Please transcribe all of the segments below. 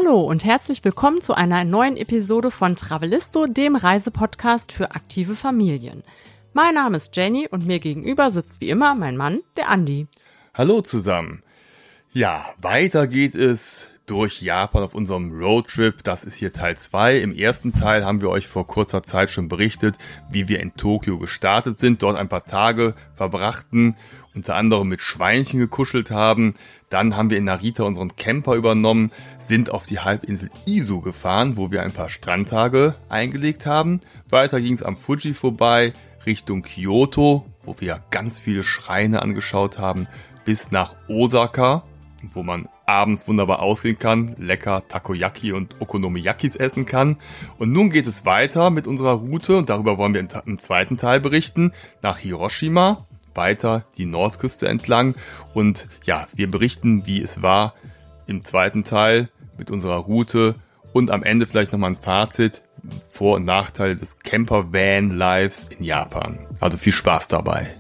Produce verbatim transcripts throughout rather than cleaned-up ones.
Hallo und herzlich willkommen zu einer neuen Episode von Travelisto, dem Reisepodcast für aktive Familien. Mein Name ist Jenny und mir gegenüber sitzt wie immer mein Mann, der Andi. Hallo zusammen. Ja, weiter geht es durch Japan auf unserem Roadtrip. Das ist hier Teil zwei. Im ersten Teil haben wir euch vor kurzer Zeit schon berichtet, wie wir in Tokio gestartet sind, dort ein paar Tage verbrachten, unter anderem mit Schweinchen gekuschelt haben. Dann haben wir in Narita unseren Camper übernommen, sind auf die Halbinsel Izu gefahren, wo wir ein paar Strandtage eingelegt haben. Weiter ging es am Fuji vorbei, Richtung Kyoto, wo wir ganz viele Schreine angeschaut haben, bis nach Osaka, wo man abends wunderbar ausgehen kann, lecker Takoyaki und Okonomiyakis essen kann. Und nun geht es weiter mit unserer Route, und darüber wollen wir im zweiten Teil berichten, nach Hiroshima, weiter die Nordküste entlang. Und ja, wir berichten, wie es war im zweiten Teil mit unserer Route und am Ende vielleicht nochmal ein Fazit, Vor- und Nachteile des Camper-Van-Lives in Japan. Also viel Spaß dabei.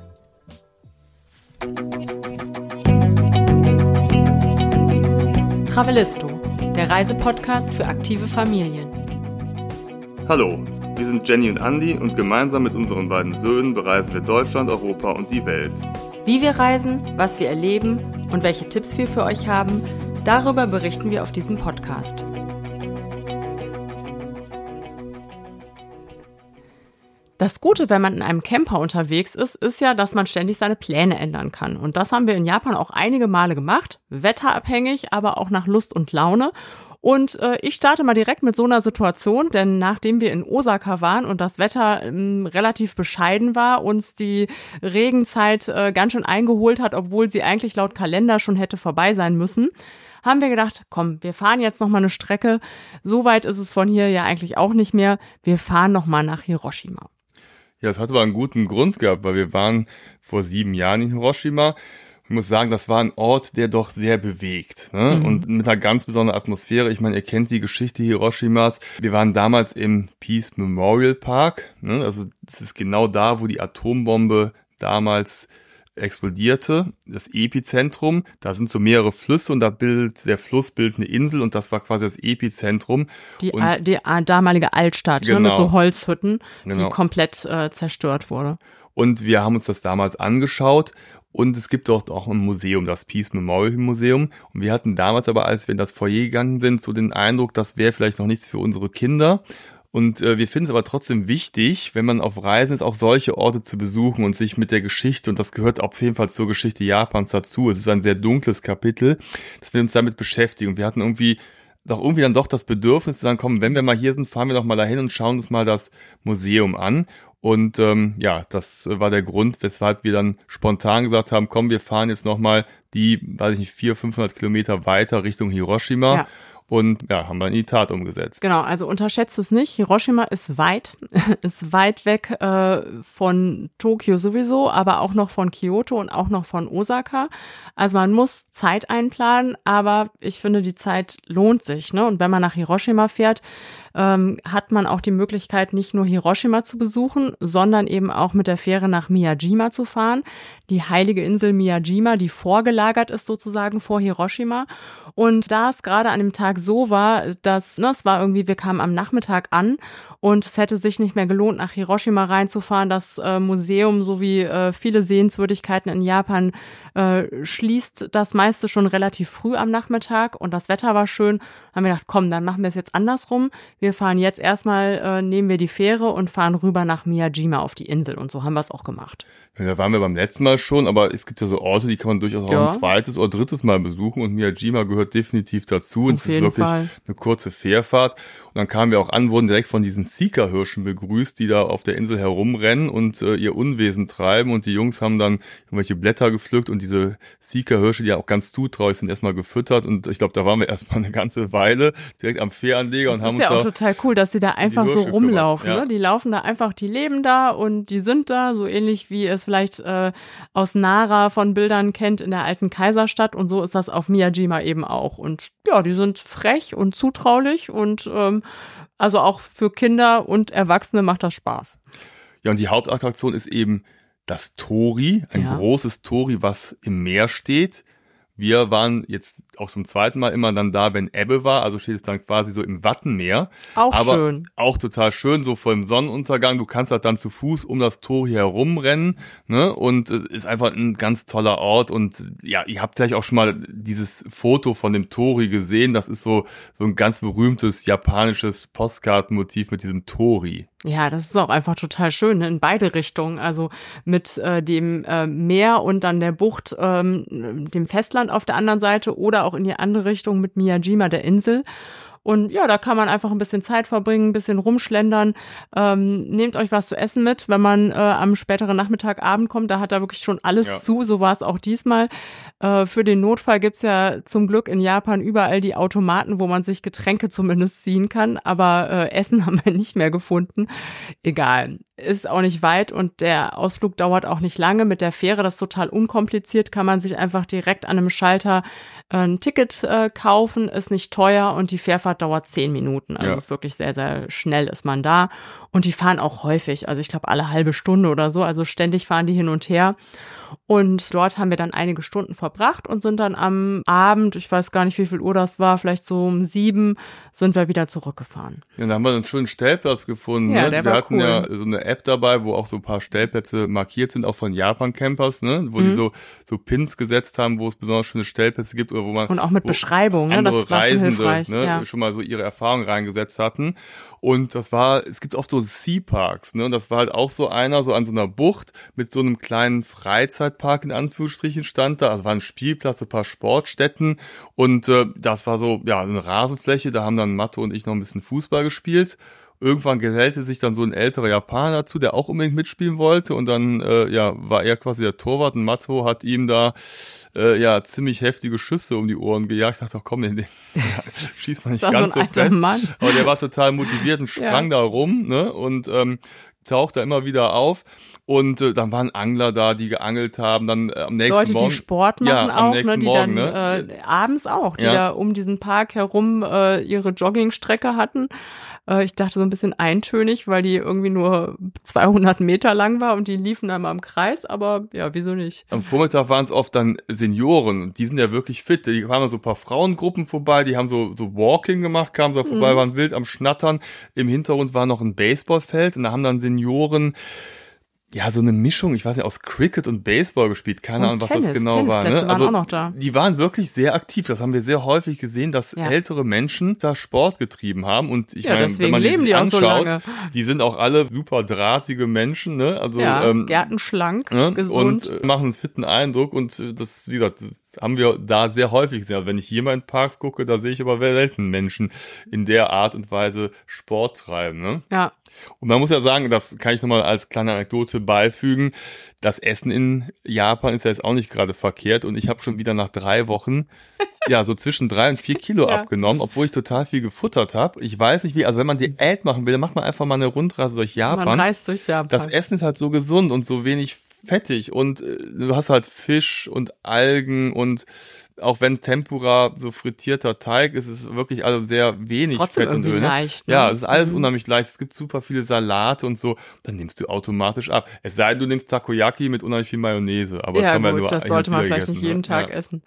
Travelisto, der Reisepodcast für aktive Familien. Hallo, wir sind Jenny und Andi und gemeinsam mit unseren beiden Söhnen bereisen wir Deutschland, Europa und die Welt. Wie wir reisen, was wir erleben und welche Tipps wir für euch haben, darüber berichten wir auf diesem Podcast. Das Gute, wenn man in einem Camper unterwegs ist, ist ja, dass man ständig seine Pläne ändern kann. Und das haben wir in Japan auch einige Male gemacht, wetterabhängig, aber auch nach Lust und Laune. Und äh, ich starte mal direkt mit so einer Situation, denn nachdem wir in Osaka waren und das Wetter ähm, relativ bescheiden war, uns die Regenzeit äh, ganz schön eingeholt hat, obwohl sie eigentlich laut Kalender schon hätte vorbei sein müssen, haben wir gedacht, komm, wir fahren jetzt noch mal eine Strecke. So weit ist es von hier ja eigentlich auch nicht mehr. Wir fahren noch mal nach Hiroshima. Ja, es hat aber einen guten Grund gehabt, weil wir waren vor sieben Jahren in Hiroshima. Ich muss sagen, das war ein Ort, der doch sehr bewegt, ne? Mhm. Und mit einer ganz besonderen Atmosphäre. Ich meine, ihr kennt die Geschichte Hiroshimas. Wir waren damals im Peace Memorial Park, ne? Also das ist genau da, wo die Atombombe damals explodierte, das Epizentrum. Da sind so mehrere Flüsse und da bildet der Fluss bildet eine Insel und das war quasi das Epizentrum. Die, und, die damalige Altstadt, genau, ne, mit so Holzhütten, genau, die komplett äh, zerstört wurde. Und wir haben uns das damals angeschaut und es gibt dort auch ein Museum, das Peace Memorial Museum. Und wir hatten damals aber, als wir in das Foyer gegangen sind, so den Eindruck, das wäre vielleicht noch nichts für unsere Kinder. Und äh, wir finden es aber trotzdem wichtig, wenn man auf Reisen ist, auch solche Orte zu besuchen und sich mit der Geschichte, und das gehört auf jeden Fall zur Geschichte Japans dazu, es ist ein sehr dunkles Kapitel, dass wir uns damit beschäftigen. Und wir hatten irgendwie doch irgendwie dann doch das Bedürfnis zu sagen, komm, wenn wir mal hier sind, fahren wir doch mal dahin und schauen uns mal das Museum an. Und ähm, ja, das war der Grund, weshalb wir dann spontan gesagt haben, komm, wir fahren jetzt nochmal die, weiß ich nicht, vierhundert, fünfhundert Kilometer weiter Richtung Hiroshima. Ja. Und ja, haben dann in die Tat umgesetzt. Genau, also unterschätzt es nicht. Hiroshima ist weit, ist weit weg äh, von Tokio sowieso, aber auch noch von Kyoto und auch noch von Osaka. Also man muss Zeit einplanen, aber ich finde, die Zeit lohnt sich, ne? Und wenn man nach Hiroshima fährt, ähm, hat man auch die Möglichkeit, nicht nur Hiroshima zu besuchen, sondern eben auch mit der Fähre nach Miyajima zu fahren. Die heilige Insel Miyajima, die vorgelagert ist sozusagen vor Hiroshima. Und da es gerade an dem Tag so war, dass, ne, es war irgendwie, wir kamen am Nachmittag an und es hätte sich nicht mehr gelohnt, nach Hiroshima reinzufahren. Das äh, Museum sowie äh, viele Sehenswürdigkeiten in Japan äh, schließt das meiste schon relativ früh am Nachmittag und das Wetter war schön. Haben wir gedacht, komm, dann machen wir es jetzt andersrum. Wir fahren jetzt erstmal, äh, nehmen wir die Fähre und fahren rüber nach Miyajima auf die Insel und so haben wir es auch gemacht. Ja, da waren wir beim letzten Mal schon, aber es gibt ja so Orte, die kann man durchaus auch ja. ein zweites oder drittes Mal besuchen und Miyajima gehört definitiv dazu und es ist wirklich Fall. eine kurze Fährfahrt. Und dann kamen wir auch an, wurden direkt von diesen Sika-Hirschen begrüßt, die da auf der Insel herumrennen und äh, ihr Unwesen treiben und die Jungs haben dann irgendwelche Blätter gepflückt und diese Sika-Hirsche, die ja auch ganz zutraulich sind, erstmal gefüttert und ich glaube, da waren wir erstmal eine ganze Weile direkt am Fähranleger und das haben uns da... Das ist ja auch total cool, dass die da einfach die so rumlaufen, ja. ne? Die laufen da einfach, die leben da und die sind da, so ähnlich wie es vielleicht äh, aus Nara von Bildern kennt in der alten Kaiserstadt und so ist das auf Miyajima eben auch und ja, die sind frech und zutraulich und ähm, also auch für Kinder und Erwachsene macht das Spaß. Ja, und die Hauptattraktion ist eben das Tori, ein ja. großes Tori, was im Meer steht, Wir waren jetzt auch zum zweiten Mal immer dann da, wenn Ebbe war, also steht es dann quasi so im Wattenmeer. Auch aber schön. Auch total schön, so vor dem Sonnenuntergang. Du kannst halt dann zu Fuß um das Tor hier herumrennen, ne? Und es ist einfach ein ganz toller Ort. Und ja, ihr habt vielleicht auch schon mal dieses Foto von dem Tori gesehen. Das ist so, so ein ganz berühmtes japanisches Postkartenmotiv mit diesem Tori. Ja, das ist auch einfach total schön, ne? In beide Richtungen. Also mit äh, dem äh, Meer und dann der Bucht, ähm, dem Festland auf der anderen Seite oder auch in die andere Richtung mit Miyajima, der Insel. Und ja, da kann man einfach ein bisschen Zeit verbringen, ein bisschen rumschlendern. Ähm, nehmt euch was zu essen mit, wenn man äh, am späteren Nachmittag, Abend kommt. Da hat da wirklich schon alles Ja. zu. So war es auch diesmal. Äh, für den Notfall gibt's ja zum Glück in Japan überall die Automaten, wo man sich Getränke zumindest ziehen kann. Aber äh, Essen haben wir nicht mehr gefunden. Egal. Ist auch nicht weit und der Ausflug dauert auch nicht lange. Mit der Fähre, das ist total unkompliziert, kann man sich einfach direkt an einem Schalter äh, ein Ticket äh, kaufen, ist nicht teuer und die Fährfahrt dauert zehn Minuten. Also Ja. ist wirklich sehr, sehr schnell ist man da. Und die fahren auch häufig, also ich glaube alle halbe Stunde oder so, also ständig fahren die hin und her. Und dort haben wir dann einige Stunden verbracht und sind dann am Abend, ich weiß gar nicht, wie viel Uhr das war, vielleicht so um sieben, sind wir wieder zurückgefahren. Ja, da haben wir einen schönen Stellplatz gefunden. Ja, ne? der Wir war hatten cool. ja so eine App dabei, wo auch so ein paar Stellplätze markiert sind, auch von Japan-Campers, ne? Wo Mhm. die so, so Pins gesetzt haben, wo es besonders schöne Stellplätze gibt oder wo man Und auch mit wo Beschreibung, ne? andere Das war schon Reisende hilfreich. ne? Ja. schon mal so ihre Erfahrungen reingesetzt hatten. Und das war, es gibt oft so Sea-Parks, ne? Und das war halt auch so einer, so an so einer Bucht mit so einem kleinen Freizeitpark in Anführungsstrichen stand da. Also war ein Spielplatz, so ein paar Sportstätten und äh, das war so, ja, eine Rasenfläche. Da haben dann Mathe und ich noch ein bisschen Fußball gespielt. Irgendwann gesellte sich dann so ein älterer Japaner dazu, der auch unbedingt mitspielen wollte und dann äh, ja war er quasi der Torwart und Matto hat ihm da äh, ja ziemlich heftige Schüsse um die Ohren gejagt. Ich dachte, ach komm, den, den schießt man nicht Das war ganz so so ein alter fest. Mann. Aber der war total motiviert und sprang da rum, ne? Und ähm, taucht da immer wieder auf. Und äh, dann waren Angler da, die geangelt haben. Dann äh, am nächsten Leute, Morgen. die Sport ja, machen am auch, nächsten ne, die Morgen, dann ne? äh, abends auch, die Ja. da um diesen Park herum äh, ihre Joggingstrecke hatten. Äh, ich dachte so ein bisschen eintönig, weil die irgendwie nur zweihundert Meter lang war und die liefen da mal im Kreis, aber ja, wieso nicht? Am Vormittag waren es oft dann Senioren und die sind ja wirklich fit. Die kamen so ein paar Frauengruppen vorbei, die haben so, so Walking gemacht, kamen so vorbei, Mhm. waren wild am Schnattern. Im Hintergrund war noch ein Baseballfeld und da haben dann Senioren ja so eine Mischung, ich weiß nicht, aus Cricket und Baseball gespielt. Keine Und Ahnung, was Tennis, das genau war. Tennisplätze Ne? waren Also auch noch da. die waren wirklich sehr aktiv. Das haben wir sehr häufig gesehen, dass Ja. ältere Menschen da Sport getrieben haben. Und ich Ja, meine, deswegen wenn man die leben sich die auch so anschaut, lange. die sind auch alle super drahtige Menschen. Ne? Also Ja, ähm, gärtenschlank, Ne? gesund. Und äh, machen einen fitten Eindruck und äh, das, wie gesagt, das haben wir da sehr häufig gesehen. Also wenn ich hier mal in Parks gucke, da sehe ich aber selten Menschen in der Art und Weise Sport treiben. Ne? Ja, Und man muss ja sagen, das kann ich nochmal als kleine Anekdote beifügen, das Essen in Japan ist ja jetzt auch nicht gerade verkehrt und ich habe schon wieder nach drei Wochen ja so zwischen drei und vier Kilo Ja. abgenommen, obwohl ich total viel gefuttert habe. Ich weiß nicht wie, also wenn man Diät machen will, dann macht man einfach mal eine Rundreise durch Japan. man reist durch Japan. Das Essen ist halt so gesund und so wenig fettig und äh, du hast halt Fisch und Algen und auch wenn Tempura so frittierter Teig ist, ist es wirklich also sehr wenig trotzdem Fett und irgendwie Öl. Ne? leicht, ne? Ja, es ist alles Mhm. unheimlich leicht. Es gibt super viele Salate und so. Dann nimmst du automatisch ab. Es sei denn, du nimmst Takoyaki mit unheimlich viel Mayonnaise. Aber das ja haben wir gut, nur das hin und sollte man wieder vielleicht nicht gegessen, jeden ne? Tag Ja. essen.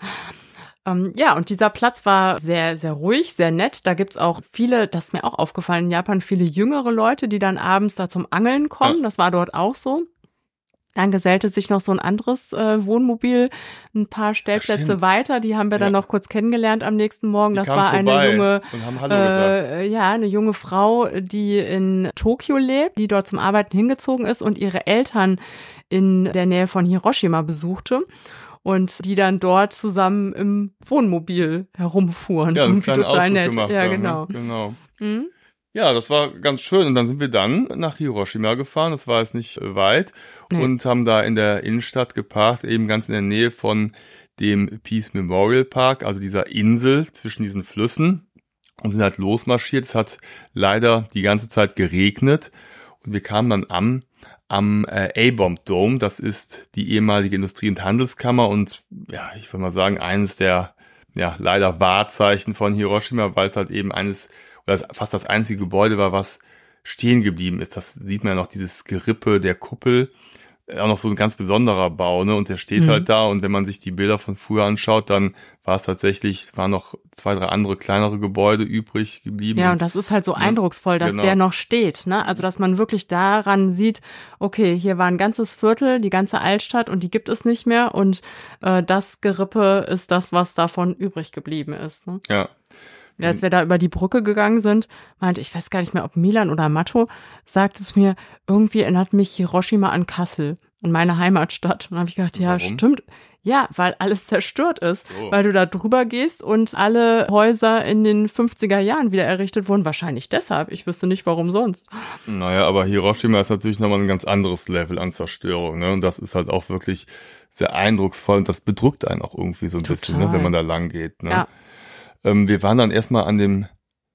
Ähm, ja, und dieser Platz war sehr, sehr ruhig, sehr nett. Da gibt's auch viele, das ist mir auch aufgefallen, in Japan viele jüngere Leute, die dann abends da zum Angeln kommen. Ja. Das war dort auch so. Dann gesellte sich noch so ein anderes äh, Wohnmobil ein paar Stellplätze Stimmt. weiter. Die haben wir dann Ja. noch kurz kennengelernt am nächsten Morgen. Die Das kamen war eine vorbei junge, und haben Hallo gesagt. äh, ja, eine junge Frau, die in Tokio lebt, die dort zum Arbeiten hingezogen ist und ihre Eltern in der Nähe von Hiroshima besuchte. Und die dann dort zusammen im Wohnmobil herumfuhren. Ja, einen Irgendwie kleinen total Ausflug nett. gemacht Ja, haben, genau. Ne? Genau. Mhm. Ja, das war ganz schön. Und dann sind wir dann nach Hiroshima gefahren. Das war jetzt nicht äh, weit. Nee. Und haben da in der Innenstadt geparkt, eben ganz in der Nähe von dem Peace Memorial Park, also dieser Insel zwischen diesen Flüssen. Und sind halt losmarschiert. Es hat leider die ganze Zeit geregnet. Und wir kamen dann am, am äh, A-Bomb Dome. Das ist die ehemalige Industrie- und Handelskammer. Und ja, ich würde mal sagen, eines der ja leider Wahrzeichen von Hiroshima, weil es halt eben eines oder das fast das einzige Gebäude war, was stehen geblieben ist. Das sieht man ja noch, dieses Gerippe der Kuppel auch noch so ein ganz besonderer Bau, ne? Und der steht mhm. halt da. Und wenn man sich die Bilder von früher anschaut, dann war es tatsächlich, waren noch zwei, drei andere kleinere Gebäude übrig geblieben. Ja, und das ist halt so ja, eindrucksvoll, dass genau. der noch steht, ne? Also, dass man wirklich daran sieht, okay, hier war ein ganzes Viertel, die ganze Altstadt und die gibt es nicht mehr. Und äh, das Gerippe ist das, was davon übrig geblieben ist, ne? Ja. Ja, als wir da über die Brücke gegangen sind, meinte, ich weiß gar nicht mehr, ob Milan oder Matto, sagt es mir, irgendwie erinnert mich Hiroshima an Kassel, an meine Heimatstadt. Und dann habe ich gedacht, ja, Warum? Stimmt. Ja, weil alles zerstört ist, so. Weil du da drüber gehst und alle Häuser in den fünfziger Jahren wieder errichtet wurden. Wahrscheinlich deshalb. Ich wüsste nicht, warum sonst. Naja, aber Hiroshima ist natürlich nochmal ein ganz anderes Level an Zerstörung, ne? Und das ist halt auch wirklich sehr eindrucksvoll und das bedrückt einen auch irgendwie so ein Total. bisschen, ne, wenn man da lang geht, ne? Ja. Wir waren dann erstmal an dem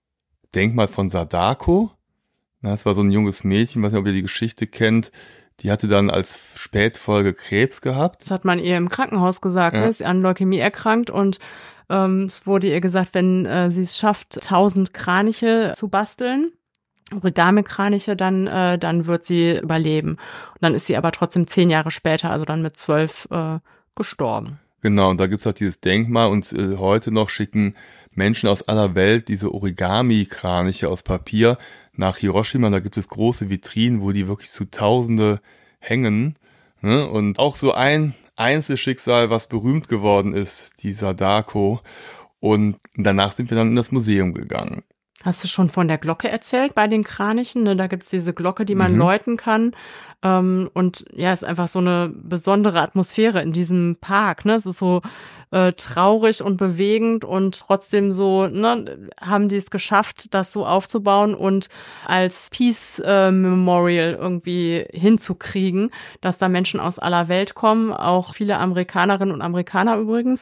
Denkmal von Sadako. Das war so ein junges Mädchen, weiß nicht, ob ihr die Geschichte kennt. Die hatte dann als Spätfolge Krebs gehabt. Das hat man ihr im Krankenhaus gesagt, ja. Ne? Ist an Leukämie erkrankt und ähm, es wurde ihr gesagt, wenn äh, sie es schafft, tausend Kraniche zu basteln, Origami-Kraniche, dann äh, dann wird sie überleben. Und dann ist sie aber trotzdem zehn Jahre später, also dann mit zwölf, äh, gestorben. Genau, und da gibt's halt dieses Denkmal und äh, heute noch schicken Menschen aus aller Welt diese Origami-Kraniche aus Papier nach Hiroshima. Da gibt es große Vitrinen, wo die wirklich zu Tausende hängen. Ne? Und auch so ein Einzelschicksal, was berühmt geworden ist, die Sadako. Und danach sind wir dann in das Museum gegangen. Hast du schon von der Glocke erzählt bei den Kranichen? Ne, da gibt's diese Glocke, die man mhm. läuten kann. Ähm, und ja, es ist einfach so eine besondere Atmosphäre in diesem Park. Ne? Es ist so äh, traurig und bewegend und trotzdem so, ne, haben die es geschafft, das so aufzubauen und als Peace äh, Memorial irgendwie hinzukriegen, dass da Menschen aus aller Welt kommen, auch viele Amerikanerinnen und Amerikaner übrigens.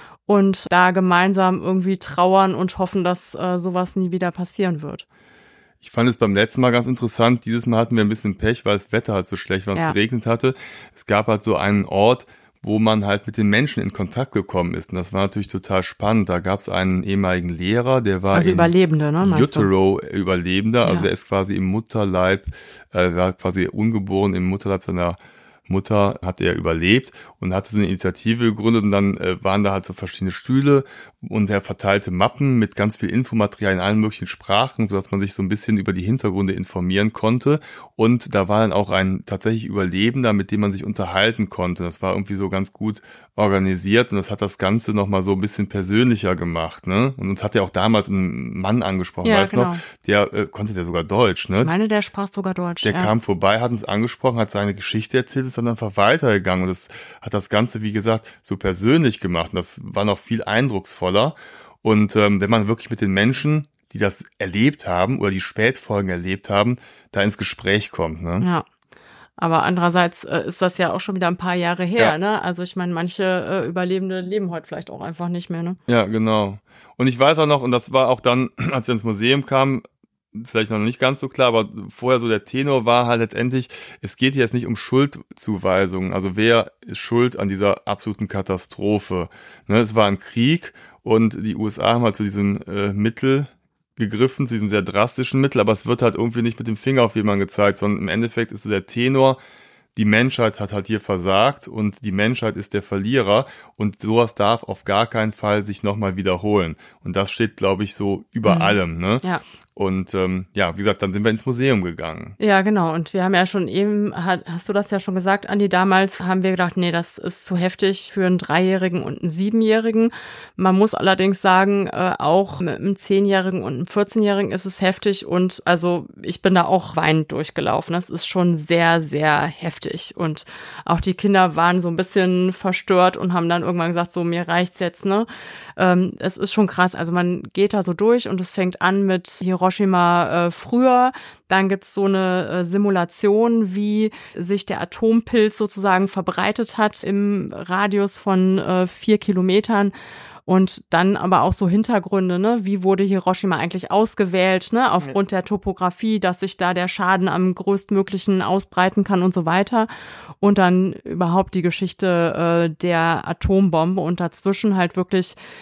Und da gemeinsam irgendwie trauern und hoffen, dass äh, sowas nie wieder passieren wird. Ich fand es beim letzten Mal ganz interessant. Dieses Mal hatten wir ein bisschen Pech, weil das Wetter halt so schlecht war, es ja. geregnet hatte. Es gab halt so einen Ort, wo man halt mit den Menschen in Kontakt gekommen ist. Und das war natürlich total spannend. Da gab es einen ehemaligen Lehrer, der war also Überlebende, ne? Utero-Überlebender. Also ja. er ist quasi im Mutterleib, äh, war quasi ungeboren im Mutterleib seiner Mutter, hat er überlebt und hatte so eine Initiative gegründet und dann äh, waren da halt so verschiedene Stühle und er verteilte Mappen mit ganz viel Infomaterial in allen möglichen Sprachen, sodass man sich so ein bisschen über die Hintergründe informieren konnte und da war dann auch ein tatsächlich Überlebender, mit dem man sich unterhalten konnte. Das war irgendwie so ganz gut organisiert und das hat das Ganze nochmal so ein bisschen persönlicher gemacht, ne? Und uns hat ja auch damals ein Mann angesprochen, ja, weißt du genau. noch? Der äh, konnte der sogar Deutsch, ne? Ich meine, der sprach sogar Deutsch, Der ja. kam vorbei, hat uns angesprochen, hat seine Geschichte erzählt, ist dann einfach weitergegangen und das hat das Ganze, wie gesagt, so persönlich gemacht und das war noch viel eindrucksvoller und ähm, wenn man wirklich mit den Menschen, die das erlebt haben oder die Spätfolgen erlebt haben, da ins Gespräch kommt, ne? Ja. Aber andererseits äh, ist das ja auch schon wieder ein paar Jahre her, ja. ne? Also ich meine, manche äh, Überlebende leben heute vielleicht auch einfach nicht mehr, ne? Ja, genau. Und ich weiß auch noch, und das war auch dann, als wir ins Museum kamen, vielleicht noch nicht ganz so klar, aber vorher so der Tenor war halt letztendlich, es geht hier jetzt nicht um Schuldzuweisungen. Also wer ist schuld an dieser absoluten Katastrophe? Ne, es war ein Krieg und die U S A haben halt zu diesem äh, Mittel gegriffen, zu diesem sehr drastischen Mittel, aber es wird halt irgendwie nicht mit dem Finger auf jemanden gezeigt, sondern im Endeffekt ist so der Tenor, die Menschheit hat halt hier versagt und die Menschheit ist der Verlierer und sowas darf auf gar keinen Fall sich nochmal wiederholen. Und das steht, glaube ich, so über mhm. allem, ne? Ja. Und ähm, ja, wie gesagt, dann sind wir ins Museum gegangen. Ja, genau. Und wir haben ja schon eben, hast du das ja schon gesagt, Andi, damals haben wir gedacht, nee, das ist zu heftig für einen Dreijährigen und einen Siebenjährigen. Man muss allerdings sagen, äh, auch mit einem Zehnjährigen und einem vierzehnjährigen ist es heftig. Und also ich bin da auch weinend durchgelaufen. Das ist schon sehr, sehr heftig. Und auch die Kinder waren so ein bisschen verstört und haben dann irgendwann gesagt, so, mir reicht's jetzt, ne? Ähm, es ist schon krass. Also man geht da so durch und es fängt an mit Hiroshima äh, früher, dann gibt's so eine äh, Simulation, wie sich der Atompilz sozusagen verbreitet hat im Radius von äh, vier Kilometern und dann aber auch so Hintergründe, ne? Wie wurde Hiroshima eigentlich ausgewählt, ne? Aufgrund der Topografie, dass sich da der Schaden am größtmöglichen ausbreiten kann und so weiter und dann überhaupt die Geschichte äh, der Atombombe und dazwischen halt wirklich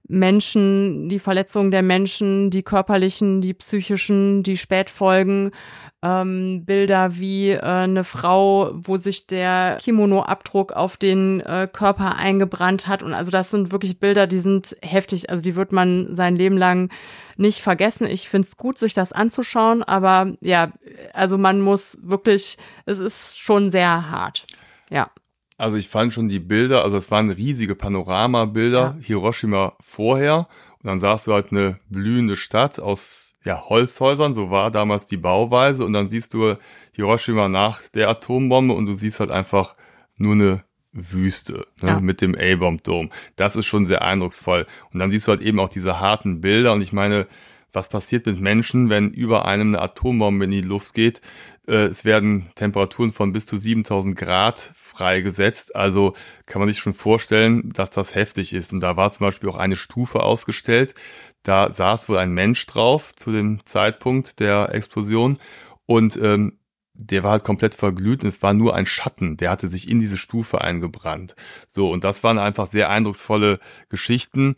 Menschen, die Verletzungen der Menschen, die körperlichen, die psychischen, die Spätfolgen, ähm, Bilder wie äh, eine Frau, wo sich der Kimono-Abdruck auf den äh, Körper eingebrannt hat. Und also das sind wirklich Bilder, die sind heftig. Also die wird man sein Leben lang nicht vergessen. Ich finde es gut, sich das anzuschauen, aber ja, also man muss wirklich, es ist schon sehr hart. Ja. Also ich fand schon die Bilder, also es waren riesige Panoramabilder, ja. Hiroshima vorher und dann sahst du halt eine blühende Stadt aus ja, Holzhäusern, so war damals die Bauweise und dann siehst du Hiroshima nach der Atombombe und du siehst halt einfach nur eine Wüste, ne, ja. mit dem A-Bomb-Dom. Das ist schon sehr eindrucksvoll. Und dann siehst du halt eben auch diese harten Bilder und ich meine, was passiert mit Menschen, wenn über einem eine Atombombe in die Luft geht? Äh, es werden Temperaturen von bis zu siebentausend Grad freigesetzt, also kann man sich schon vorstellen, dass das heftig ist. Und da war zum Beispiel auch eine Stufe ausgestellt, da saß wohl ein Mensch drauf zu dem Zeitpunkt der Explosion und ähm, der war halt komplett verglüht und es war nur ein Schatten, der hatte sich in diese Stufe eingebrannt. So, und das waren einfach sehr eindrucksvolle Geschichten.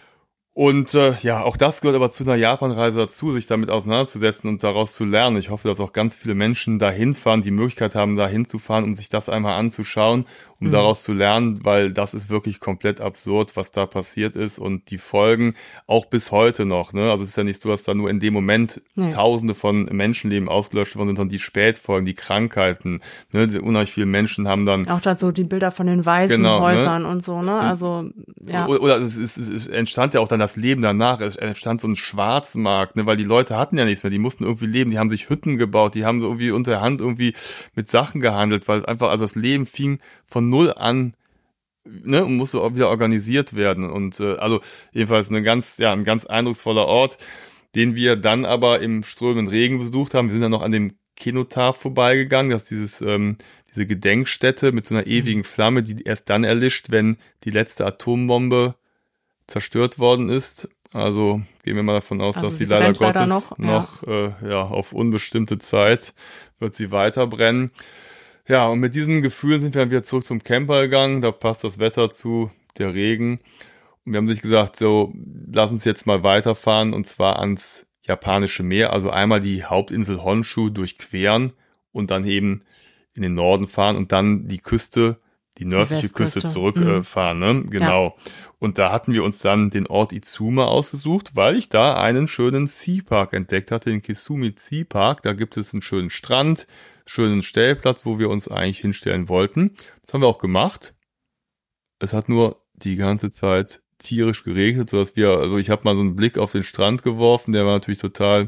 Und äh, ja, auch das gehört aber zu einer Japanreise dazu, sich damit auseinanderzusetzen und daraus zu lernen. Ich hoffe, dass auch ganz viele Menschen da hinfahren, die Möglichkeit haben, da hinzufahren, um sich das einmal anzuschauen, um mhm. daraus zu lernen, weil das ist wirklich komplett absurd, was da passiert ist und die Folgen auch bis heute noch. Ne? Also es ist ja nicht so, dass da nur in dem Moment nee. Tausende von Menschenleben ausgelöscht wurden, sondern die Spätfolgen, die Krankheiten. Ne? Unheimlich viele Menschen haben dann... Auch dazu die Bilder von den Waisenhäusern genau, ne? und so, ne? Also, ja. Oder, oder es, ist, es entstand ja auch dann das Leben danach, es entstand so ein Schwarzmarkt, ne, weil die Leute hatten ja nichts mehr, die mussten irgendwie leben, die haben sich Hütten gebaut, die haben irgendwie unter der Hand irgendwie mit Sachen gehandelt, weil es einfach, also das Leben fing von null an, ne, und musste auch wieder organisiert werden und äh, also jedenfalls eine ganz, ja, ein ganz eindrucksvoller Ort, den wir dann aber im strömenden Regen besucht haben. Wir sind dann noch an dem Kenotaph vorbeigegangen, das ist dieses, ähm, diese Gedenkstätte mit so einer ewigen Flamme, die erst dann erlischt, wenn die letzte Atombombe zerstört worden ist. Also gehen wir mal davon aus, also dass sie leider Gottes leider noch, noch ja. Äh, ja, auf unbestimmte Zeit wird sie weiter brennen. Ja, und mit diesen Gefühlen sind wir dann wieder zurück zum Camper gegangen. Da passt das Wetter zu, der Regen. Und wir haben sich gesagt, so, lass uns jetzt mal weiterfahren und zwar ans japanische Meer. Also einmal die Hauptinsel Honshu durchqueren und dann eben in den Norden fahren und dann die Küste die nördliche die Küste zurückfahren, mhm. äh, ne? Genau. Ja. Und da hatten wir uns dann den Ort Izuma ausgesucht, weil ich da einen schönen Sea-Park entdeckt hatte, den Kisumi Sea Park. Da gibt es einen schönen Strand, schönen Stellplatz, wo wir uns eigentlich hinstellen wollten. Das haben wir auch gemacht. Es hat nur die ganze Zeit tierisch geregnet, sodass wir, also ich habe mal so einen Blick auf den Strand geworfen, der war natürlich total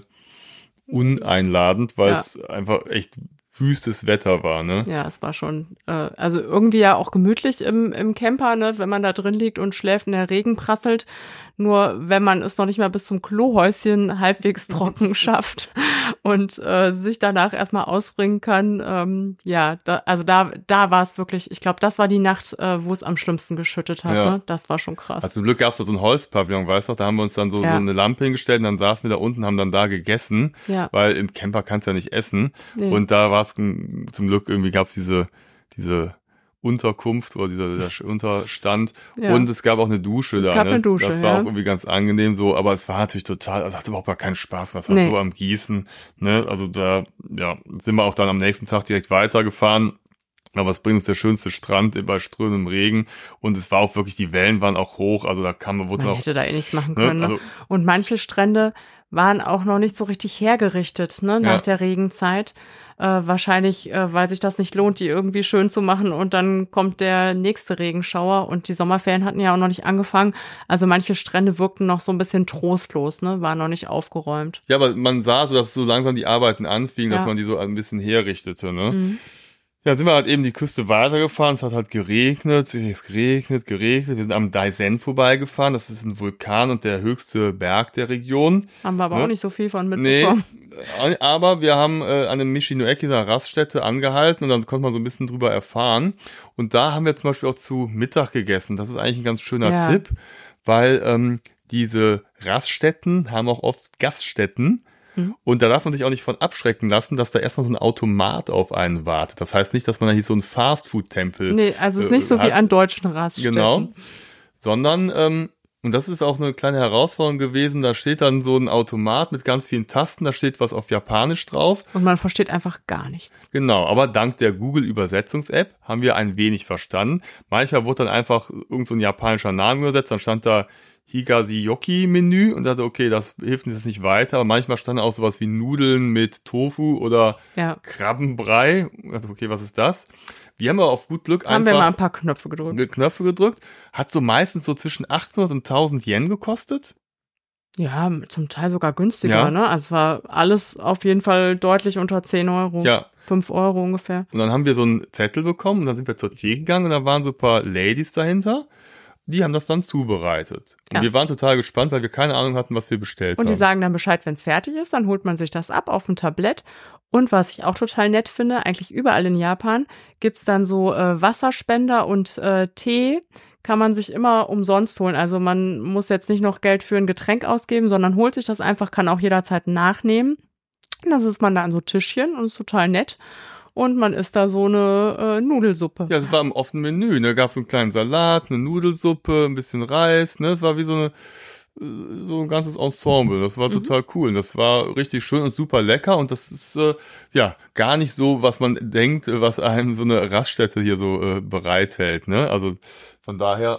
uneinladend, weil ja. es einfach echt wüstes Wetter war, ne? Ja, es war schon, äh, also irgendwie ja auch gemütlich im, im Camper, ne, wenn man da drin liegt und schläft und der Regen prasselt. Nur wenn man es noch nicht mal bis zum Klohäuschen halbwegs trocken schafft und äh, sich danach erstmal ausbringen kann, ähm, ja, da, also da da war es wirklich, ich glaube, das war die Nacht, äh, wo es am schlimmsten geschüttet hat, ja. ne? Das war schon krass. Also zum Glück gab es da so ein Holzpavillon, weißt du, da haben wir uns dann so, ja. so eine Lampe hingestellt und dann saßen wir da unten, haben dann da gegessen, ja. weil im Camper kannst du ja nicht essen. Nee. Und da war es zum Glück, irgendwie gab es diese diese Unterkunft oder dieser, dieser Unterstand ja. und es gab auch eine Dusche es da. Gab ne? eine Dusche, das war ja. auch irgendwie ganz angenehm so, aber es war natürlich total, also hat überhaupt gar keinen Spaß, was war nee. so am Gießen, ne? Also da, ja, sind wir auch dann am nächsten Tag direkt weitergefahren. Aber es bringt uns der schönste Strand bei strömendem Regen und es war auch wirklich, die Wellen waren auch hoch, also da kam man wurde man auch, hätte da eh nichts machen können. Ne? Also, und manche Strände waren auch noch nicht so richtig hergerichtet, ne, nach ja. der Regenzeit. Äh, wahrscheinlich, äh, weil sich das nicht lohnt, die irgendwie schön zu machen und dann kommt der nächste Regenschauer und die Sommerferien hatten ja auch noch nicht angefangen. Also manche Strände wirkten noch so ein bisschen trostlos, ne, waren noch nicht aufgeräumt. Ja, aber man sah so, dass so langsam die Arbeiten anfingen, ja. dass man die so ein bisschen herrichtete, ne. Mhm. Ja, sind wir halt eben die Küste weitergefahren, es hat halt geregnet, es ist geregnet, geregnet. Wir sind am Daisen vorbeigefahren, das ist ein Vulkan und der höchste Berg der Region. Haben wir aber ne? auch nicht so viel von mitbekommen. Nee, aber wir haben äh, an dem Michinoeki, einer Raststätte, angehalten und dann konnte man so ein bisschen drüber erfahren. Und da haben wir zum Beispiel auch zu Mittag gegessen. Das ist eigentlich ein ganz schöner ja. Tipp, weil ähm, diese Raststätten haben auch oft Gaststätten. Und da darf man sich auch nicht von abschrecken lassen, dass da erstmal so ein Automat auf einen wartet. Das heißt nicht, dass man da hier so einen Fastfood-Tempel Nee, also es ist nicht äh, so hat. wie an deutschen Raststätten. Genau. Sondern ähm, Und das ist auch eine kleine Herausforderung gewesen. Da steht dann so ein Automat mit ganz vielen Tasten, da steht was auf Japanisch drauf. Und man versteht einfach gar nichts. Genau, aber dank der Google-Übersetzungs-App haben wir ein wenig verstanden. Manchmal wurde dann einfach irgend so ein japanischer Name übersetzt, dann stand da Higashi-Yoki-Menü und dachte, okay, das hilft uns jetzt nicht weiter. Aber manchmal stand auch sowas wie Nudeln mit Tofu oder ja. Krabbenbrei. Und dachte, okay, was ist das? Wir haben aber auf gut Glück haben einfach wir mal ein paar Knöpfe gedrückt. Knöpfe gedrückt. Hat so meistens so zwischen achthundert und tausend Yen gekostet. Ja, zum Teil sogar günstiger, Ja. ne? Also es war alles auf jeden Fall deutlich unter zehn Euro. Ja. fünf Euro ungefähr. Und dann haben wir so einen Zettel bekommen und dann sind wir zur Theke gegangen und da waren so ein paar Ladies dahinter. Die haben das dann zubereitet. Und Ja. wir waren total gespannt, weil wir keine Ahnung hatten, was wir bestellt Und haben. die sagen dann Bescheid, wenn es fertig ist, dann holt man sich das ab auf ein Tablett. Und was ich auch total nett finde, eigentlich überall in Japan gibt's dann so äh, Wasserspender und äh, Tee kann man sich immer umsonst holen. Also man muss jetzt nicht noch Geld für ein Getränk ausgeben, sondern holt sich das einfach, kann auch jederzeit nachnehmen. Und das ist man da an so Tischchen und ist total nett. Und man isst da so eine äh, Nudelsuppe. Ja, es war im offenen Menü, ne, gab so einen kleinen Salat, eine Nudelsuppe, ein bisschen Reis, ne, es war wie so eine so ein ganzes Ensemble. Das war Mhm. total cool. Und das war richtig schön und super lecker. Und das ist äh, ja gar nicht so, was man denkt, was einem so eine Raststätte hier so äh, bereithält. Ne? Also von daher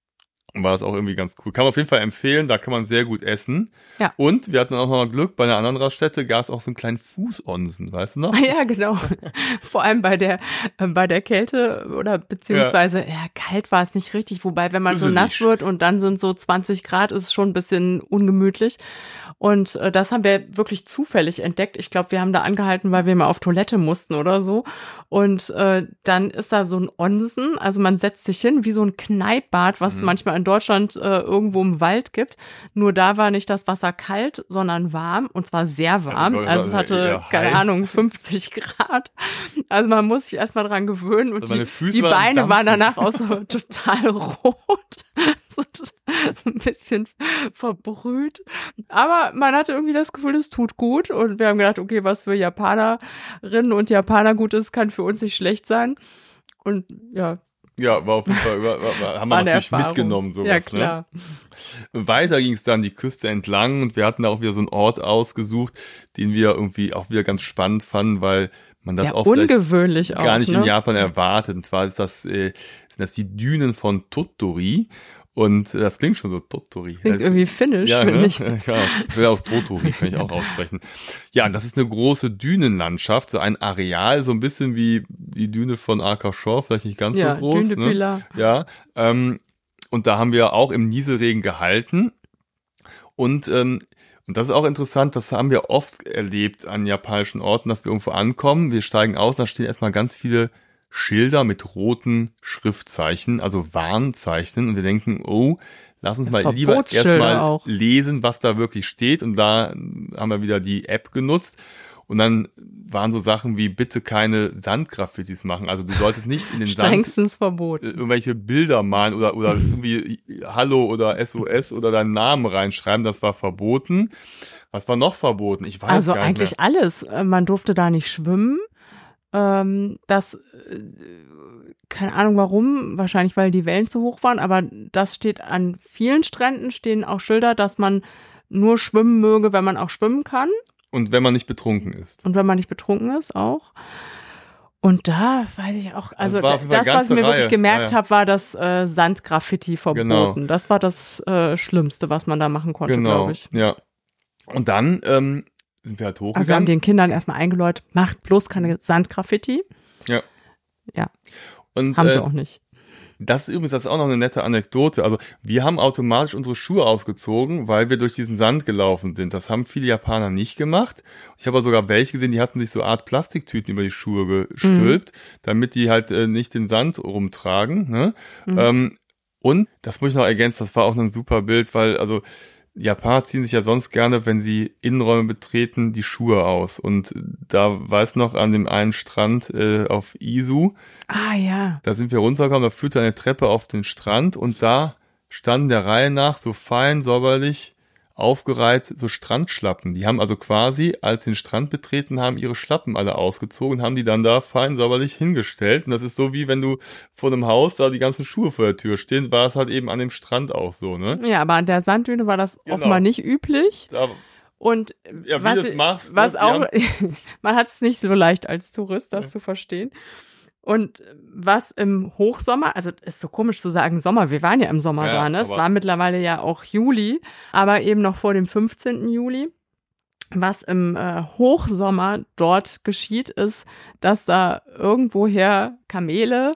war das auch irgendwie ganz cool. Kann man auf jeden Fall empfehlen, da kann man sehr gut essen. Ja. Und wir hatten auch noch mal Glück, bei einer anderen Raststätte gab es auch so einen kleinen Fußonsen, weißt du noch? Ah ja, genau. Vor allem bei der äh, bei der Kälte oder beziehungsweise, ja, ja kalt war es nicht richtig. Wobei, wenn man so nass Dusselig. wird und dann sind so zwanzig Grad, ist es schon ein bisschen ungemütlich. Und äh, das haben wir wirklich zufällig entdeckt. Ich glaube, wir haben da angehalten, weil wir mal auf Toilette mussten oder so. Und äh, dann ist da so ein Onsen. Also man setzt sich hin wie so ein Kneippbad, was es Mhm. manchmal in Deutschland äh, irgendwo im Wald gibt. Nur da war nicht das Wasser kalt, sondern warm. Und zwar sehr warm. Ja, Also es hatte, eher keine heiß. Ahnung, fünfzig Grad. Also man muss sich erstmal dran gewöhnen. Und Also meine die, Füße die waren am Beine waren Dampfen. danach auch so total rot. So ein bisschen verbrüht. Aber man hatte irgendwie das Gefühl, es tut gut. Und wir haben gedacht, okay, was für Japanerinnen und Japaner gut ist, kann für uns nicht schlecht sein. Und ja, Ja, war auf jeden Fall, war, war, war, haben wir war eine natürlich Erfahrung. mitgenommen, sowas. Ja, klar. Ne? Weiter ging es dann die Küste entlang und wir hatten da auch wieder so einen Ort ausgesucht, den wir irgendwie auch wieder ganz spannend fanden, weil man das Ja, auch vielleicht ungewöhnlich auch. gar nicht ne? in Japan erwartet. Und zwar ist das, äh, sind das die Dünen von Tottori. Und äh, das klingt schon so, Tottori. Klingt irgendwie finnisch, Ja, finde ne? ich. Ja, ich will auch Totori, kann ich auch aussprechen. Ja, und das ist eine große Dünenlandschaft, so ein Areal, so ein bisschen wie die Düne von Arcachon, vielleicht nicht ganz Ja, so groß. Dune de ne? Pilar. Ja, ähm, und da haben wir auch im Nieselregen gehalten. Und, ähm, und das ist auch interessant, das haben wir oft erlebt an japanischen Orten, dass wir irgendwo ankommen, wir steigen aus, da stehen erstmal ganz viele Schilder mit roten Schriftzeichen, also Warnzeichen. Und wir denken, oh, lass uns mal lieber Verbotsschilder erstmal auch. lesen, was da wirklich steht. Und da haben wir wieder die App genutzt. Und dann waren so Sachen wie, bitte keine Sandgraffitis machen. Also du solltest nicht in den Sand Strengstens verboten. irgendwelche Bilder malen oder, oder irgendwie Hallo oder S O S oder deinen Namen reinschreiben. Das war verboten. Was war noch verboten? Ich weiß Also gar nicht eigentlich mehr. alles. Äh, Man durfte da nicht schwimmen. Ähm, das, äh, keine Ahnung warum, wahrscheinlich weil die Wellen zu hoch waren, aber das steht an vielen Stränden, stehen auch Schilder, dass man nur schwimmen möge, wenn man auch schwimmen kann Und wenn man nicht betrunken ist. und wenn man nicht betrunken ist auch. Und da weiß ich auch, also Das war auf jeden Fall das, eine was ich mir ganze wirklich Reihe. gemerkt Ja, ja. habe, war das äh, Sandgraffiti verboten. Genau. Das war das äh, Schlimmste, was man da machen konnte, Genau, glaube ich. ja. Und dann ähm, sind wir halt Also wir haben hochgegangen. den Kindern erstmal eingeläutet, macht bloß keine Sandgraffiti. ja. Ja, Und haben äh, sie auch nicht. das ist übrigens, das ist auch noch eine nette Anekdote. Also wir haben automatisch unsere Schuhe ausgezogen, weil wir durch diesen Sand gelaufen sind. Das haben viele Japaner nicht gemacht. Ich habe aber sogar welche gesehen, die hatten sich so eine Art Plastiktüten über die Schuhe gestülpt, mhm. damit die halt äh, nicht den Sand rumtragen. Ne? Mhm. Ähm, und, das muss ich noch ergänzen, das war auch ein super Bild, weil also Japaner ziehen sich ja sonst gerne, wenn sie Innenräume betreten, die Schuhe aus. Und da weiß noch an dem einen Strand äh, auf Izu, Ah ja. da sind wir runtergekommen, da führte eine Treppe auf den Strand und da standen der Reihe nach so fein säuberlich aufgereiht so Strandschlappen. Die haben also quasi, als sie den Strand betreten haben, ihre Schlappen alle ausgezogen, haben die dann da fein sauberlich hingestellt. Und das ist so, wie wenn du vor einem Haus da die ganzen Schuhe vor der Tür stehen, war es halt eben an dem Strand auch so, ne? Ja, aber an der Sanddüne war das genau. offenbar nicht üblich. Da, Und ja, wie was, das machst, was ne? auch, man hat es nicht so leicht als Tourist, das ja. zu verstehen. Und was im Hochsommer, also ist so komisch zu sagen Sommer, wir waren ja im Sommer ja, da, ne? Es war mittlerweile ja auch Juli, aber eben noch vor dem fünfzehnten Juli. Was im äh, Hochsommer dort geschieht, ist, dass da irgendwoher Kamele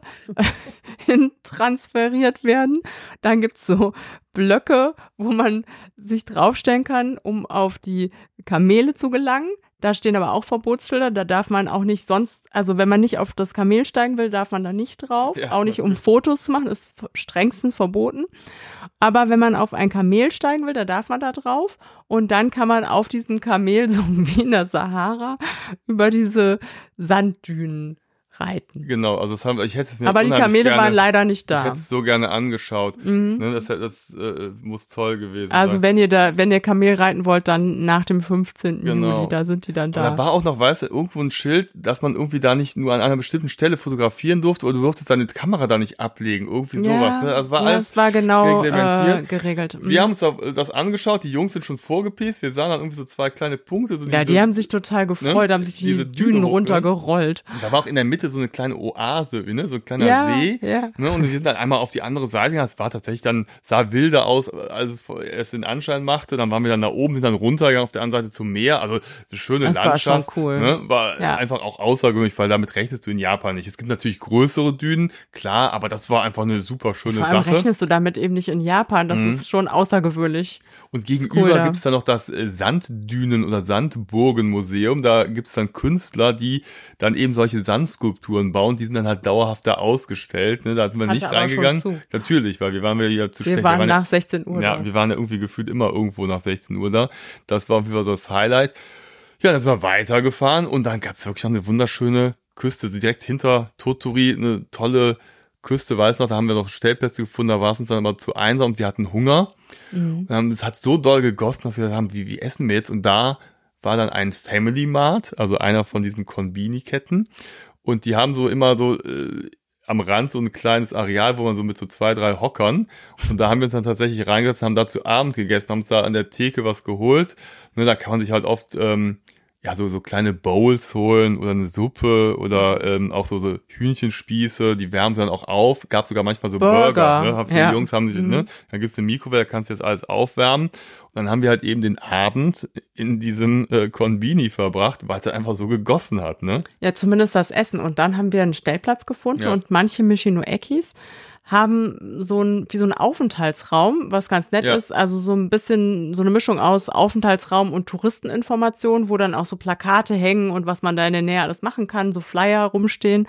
hin transferiert werden. Dann gibt's so Blöcke, wo man sich draufstellen kann, um auf die Kamele zu gelangen. Da stehen aber auch Verbotsschilder, da darf man auch nicht sonst, also wenn man nicht auf das Kamel steigen will, darf man da nicht drauf, ja, auch nicht um Fotos zu machen, ist strengstens verboten. Aber wenn man auf ein Kamel steigen will, da darf man da drauf und dann kann man auf diesem Kamel, so wie in der Sahara, über diese Sanddünen reiten. Genau, also das haben ich hätte es mir aber die Kamele gerne, waren leider nicht da. Ich hätte es so gerne angeschaut. Mhm. Ne, das das äh, muss toll gewesen also sein. Also wenn ihr da, wenn ihr Kamel reiten wollt, dann nach dem fünfzehnten Genau. Juli, da sind die dann da. Aber da war auch noch, weißt du, irgendwo ein Schild, dass man irgendwie da nicht nur an einer bestimmten Stelle fotografieren durfte oder du durftest deine Kamera da nicht ablegen, irgendwie ja, sowas. Ne? Also war ja, alles das war genau reglementiert. Äh, geregelt. Mhm. Wir haben uns das angeschaut, die Jungs sind schon vorgepisst, wir sahen dann irgendwie so zwei kleine Punkte. So ja, diese, die haben sich total gefreut, ne? haben sich die diese Dünen Düne runtergerollt. Und da war auch in der Mitte so eine kleine Oase, ne? So ein kleiner ja, See. Ja. Ne? Und wir sind dann einmal auf die andere Seite gegangen. Es war tatsächlich dann, sah wilder aus, als es erst den Anschein machte. Dann waren wir dann da oben, sind dann runtergegangen auf der anderen Seite zum Meer. Also eine schöne das Landschaft. War schon cool. Ne? War ja. einfach auch außergewöhnlich, weil damit rechnest du in Japan nicht. Es gibt natürlich größere Dünen, klar, aber das war einfach eine super schöne Vor allem Sache. rechnest du damit eben nicht in Japan. Das mhm. ist schon außergewöhnlich. Und gegenüber cool, gibt es dann noch das Sanddünen- oder Sandburgenmuseum. Da gibt es dann Künstler, die dann eben solche Sandskulpturen bauen. Die sind dann halt dauerhaft da ausgestellt. Ne? Da sind wir Hatte nicht reingegangen. Natürlich, weil wir waren ja zu wir schlecht. Waren wir waren nach ja, sechzehn Uhr Ja, da. wir waren ja irgendwie gefühlt immer irgendwo nach sechzehn Uhr da. Das war auf jeden Fall so das Highlight. Ja, dann sind wir weitergefahren und dann gab es wirklich noch eine wunderschöne Küste. Direkt hinter Tottori, eine tolle Küste, weiß noch, da haben wir noch Stellplätze gefunden, da war es uns dann aber zu einsam und wir hatten Hunger. Mhm. Es hat so doll gegossen, dass wir gesagt haben, wie, wie essen wir jetzt? Und da war dann ein Family Mart, also einer von diesen Konbini-Ketten. Und die haben so immer so äh, am Rand so ein kleines Areal, wo man so mit so zwei, drei Hockern. Und da haben wir uns dann tatsächlich reingesetzt, haben da zu Abend gegessen, haben uns da an der Theke was geholt. Ne, da kann man sich halt oft ähm, ja so so kleine Bowls holen oder eine Suppe oder ähm, auch so, so Hühnchenspieße, die wärmen sie dann auch auf. Gab sogar manchmal so Burger. Burger ne? Für ja. die Jungs haben die, mhm. ne? Dann gibt's eine Mikrowelle, da kannst du jetzt alles aufwärmen. Und dann haben wir halt eben den Abend in diesem äh, Konbini verbracht, weil es halt einfach so gegossen hat, ne? Ja, zumindest das Essen. Und dann haben wir einen Stellplatz gefunden ja. und manche Michinoekis haben so ein, wie so ein Aufenthaltsraum, was ganz nett ja. ist, also so ein bisschen so eine Mischung aus Aufenthaltsraum und Touristeninformation, wo dann auch so Plakate hängen und was man da in der Nähe alles machen kann, so Flyer rumstehen.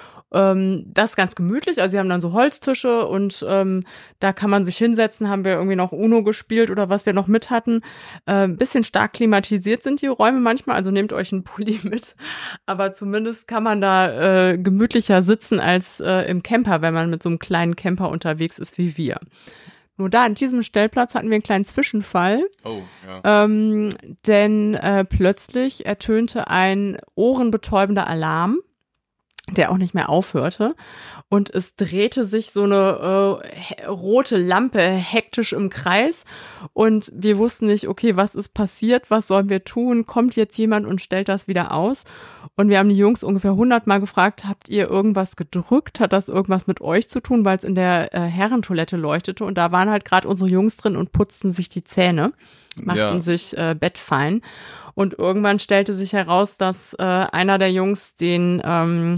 Ähm, das ist ganz gemütlich, also sie haben dann so Holztische und ähm, da kann man sich hinsetzen, haben wir irgendwie noch Uno gespielt oder was wir noch mit hatten. Äh, ein bisschen stark klimatisiert sind die Räume manchmal, also nehmt euch einen Pulli mit, aber zumindest kann man da äh, gemütlicher sitzen als äh, im Camper, wenn man mit so einem kleinen Camper unterwegs ist wie wir. Nur da, an diesem Stellplatz hatten wir einen kleinen Zwischenfall, oh, ja. ähm, denn äh, plötzlich ertönte ein ohrenbetäubender Alarm, der auch nicht mehr aufhörte. Und es drehte sich so eine äh, rote Lampe hektisch im Kreis. Und wir wussten nicht, okay, was ist passiert? Was sollen wir tun? Kommt jetzt jemand und stellt das wieder aus? Und wir haben die Jungs ungefähr hundertmal gefragt, habt ihr irgendwas gedrückt? Hat das irgendwas mit euch zu tun? Weil es in der äh, Herrentoilette leuchtete. Und da waren halt gerade unsere Jungs drin und putzten sich die Zähne, machten ja. sich äh, bettfein. Und irgendwann stellte sich heraus, dass äh, einer der Jungs den ähm,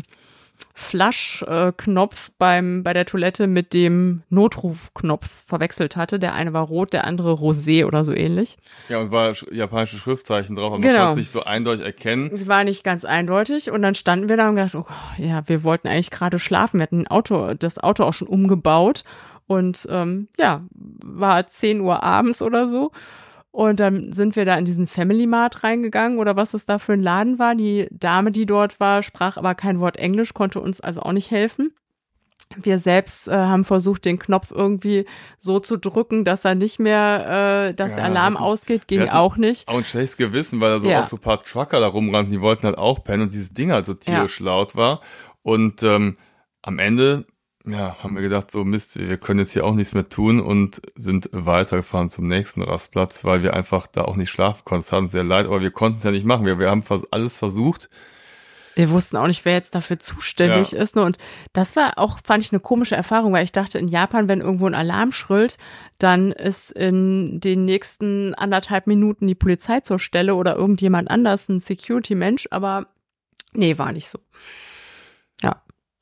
Flush-Knopf beim bei der Toilette mit dem Notrufknopf verwechselt hatte. Der eine war rot, der andere rosé oder so ähnlich. Ja, und war japanische Schriftzeichen drauf, aber genau. man konnte es nicht so eindeutig erkennen. Es war nicht ganz eindeutig und dann standen wir da und gedacht, oh, ja, wir wollten eigentlich gerade schlafen. Wir hatten ein Auto, das Auto auch schon umgebaut und ähm, ja, war zehn Uhr abends oder so. Und dann sind wir da in diesen Family Mart reingegangen oder was das da für ein Laden war. Die Dame, die dort war, sprach aber kein Wort Englisch, konnte uns also auch nicht helfen. Wir selbst äh, haben versucht, den Knopf irgendwie so zu drücken, dass er nicht mehr, äh, dass Ja, der Alarm hatten- ausgeht, ging wir hatten auch nicht. Auch ein schlechtes Gewissen, weil da so Ja. auch so ein paar Trucker da rumrannten, die wollten halt auch pennen und dieses Ding halt so tierisch laut war. Und ähm, am Ende, ja, haben wir gedacht, so Mist, wir können jetzt hier auch nichts mehr tun und sind weitergefahren zum nächsten Rastplatz, weil wir einfach da auch nicht schlafen konnten. Es tat uns sehr leid, aber wir konnten es ja nicht machen. Wir, wir haben fast alles versucht. Wir wussten auch nicht, wer jetzt dafür zuständig Ja. ist. Ne? Und das war auch, fand ich, eine komische Erfahrung, weil ich dachte, in Japan, wenn irgendwo ein Alarm schrillt, dann ist in den nächsten anderthalb Minuten die Polizei zur Stelle oder irgendjemand anders, ein Security-Mensch. Aber nee, war nicht so. Ja.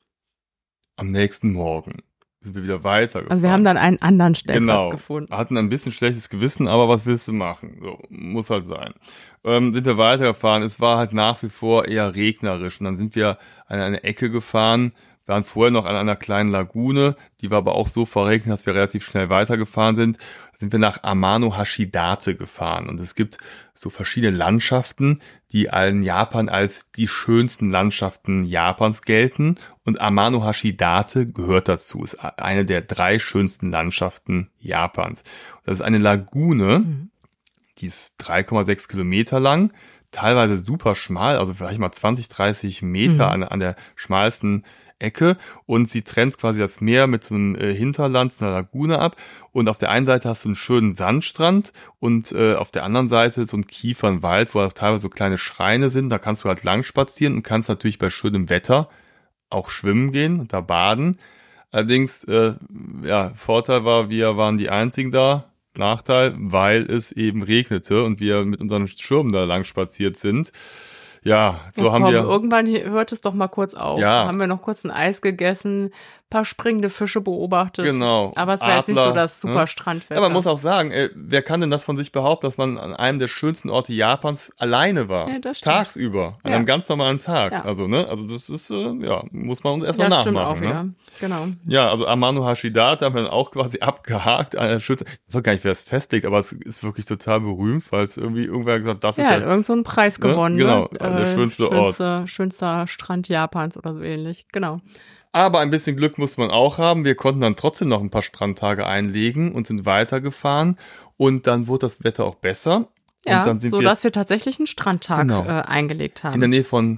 Am nächsten Morgen sind wir wieder weitergefahren. Also wir haben dann einen anderen Stellplatz Genau. gefunden. Hatten ein bisschen schlechtes Gewissen, aber was willst du machen? So, muss halt sein. Ähm, sind wir weitergefahren. Es war halt nach wie vor eher regnerisch. Und dann sind wir an eine Ecke gefahren. Wir waren vorher noch an einer kleinen Lagune. Die war aber auch so verregnet, dass wir relativ schnell weitergefahren sind. Da sind wir nach Amano Hashidate gefahren. Und es gibt so verschiedene Landschaften, die in Japan als die schönsten Landschaften Japans gelten. Und Amano Hashidate gehört dazu. Ist eine der drei schönsten Landschaften Japans. Das ist eine Lagune, Mhm. die ist drei Komma sechs Kilometer lang, teilweise super schmal, also vielleicht mal zwanzig, dreißig Meter Mhm. an, an der schmalsten Ecke, und sie trennt quasi das Meer mit so einem äh, Hinterland, so einer Lagune ab, und auf der einen Seite hast du einen schönen Sandstrand und äh, auf der anderen Seite so einen Kiefernwald, wo auch teilweise so kleine Schreine sind, da kannst du halt lang spazieren und kannst natürlich bei schönem Wetter auch schwimmen gehen und da baden. Allerdings, äh, ja, Vorteil war, wir waren die einzigen da. Nachteil, weil es eben regnete und wir mit unseren Schirmen da lang spaziert sind. Ja, so Ja, haben komm, wir... irgendwann hier- hört es doch mal kurz auf. Ja. Haben wir noch kurz ein Eis gegessen, paar springende Fische beobachtet. Genau. Aber es war jetzt nicht so Adler, das super ne? Strandwetter. Ja, man muss auch sagen, ey, wer kann denn das von sich behaupten, dass man an einem der schönsten Orte Japans alleine war? Ja, das stimmt. Tagsüber, an Ja. einem ganz normalen Tag. Ja. Also, ne, also das ist, äh, ja, muss man uns erstmal ja, stimmt nachmachen. auch ne? wieder. Genau. Ja, also Amano Hashidate haben wir dann auch quasi abgehakt an der Schütze. Ich weiß auch gar nicht, wer das festlegt, aber es ist wirklich total berühmt, weil es irgendwie irgendwer gesagt hat, das Ja, ist hat der, irgend so einen Preis Ne? gewonnen. Genau, ne? der schönste Ort. schönste, Schönster Strand Japans oder so ähnlich. Genau. Aber ein bisschen Glück musste man auch haben. Wir konnten dann trotzdem noch ein paar Strandtage einlegen und sind weitergefahren. Und dann wurde das Wetter auch besser. Ja, und dann sind so wir dass wir tatsächlich einen Strandtag Genau. äh, eingelegt haben. in der Nähe von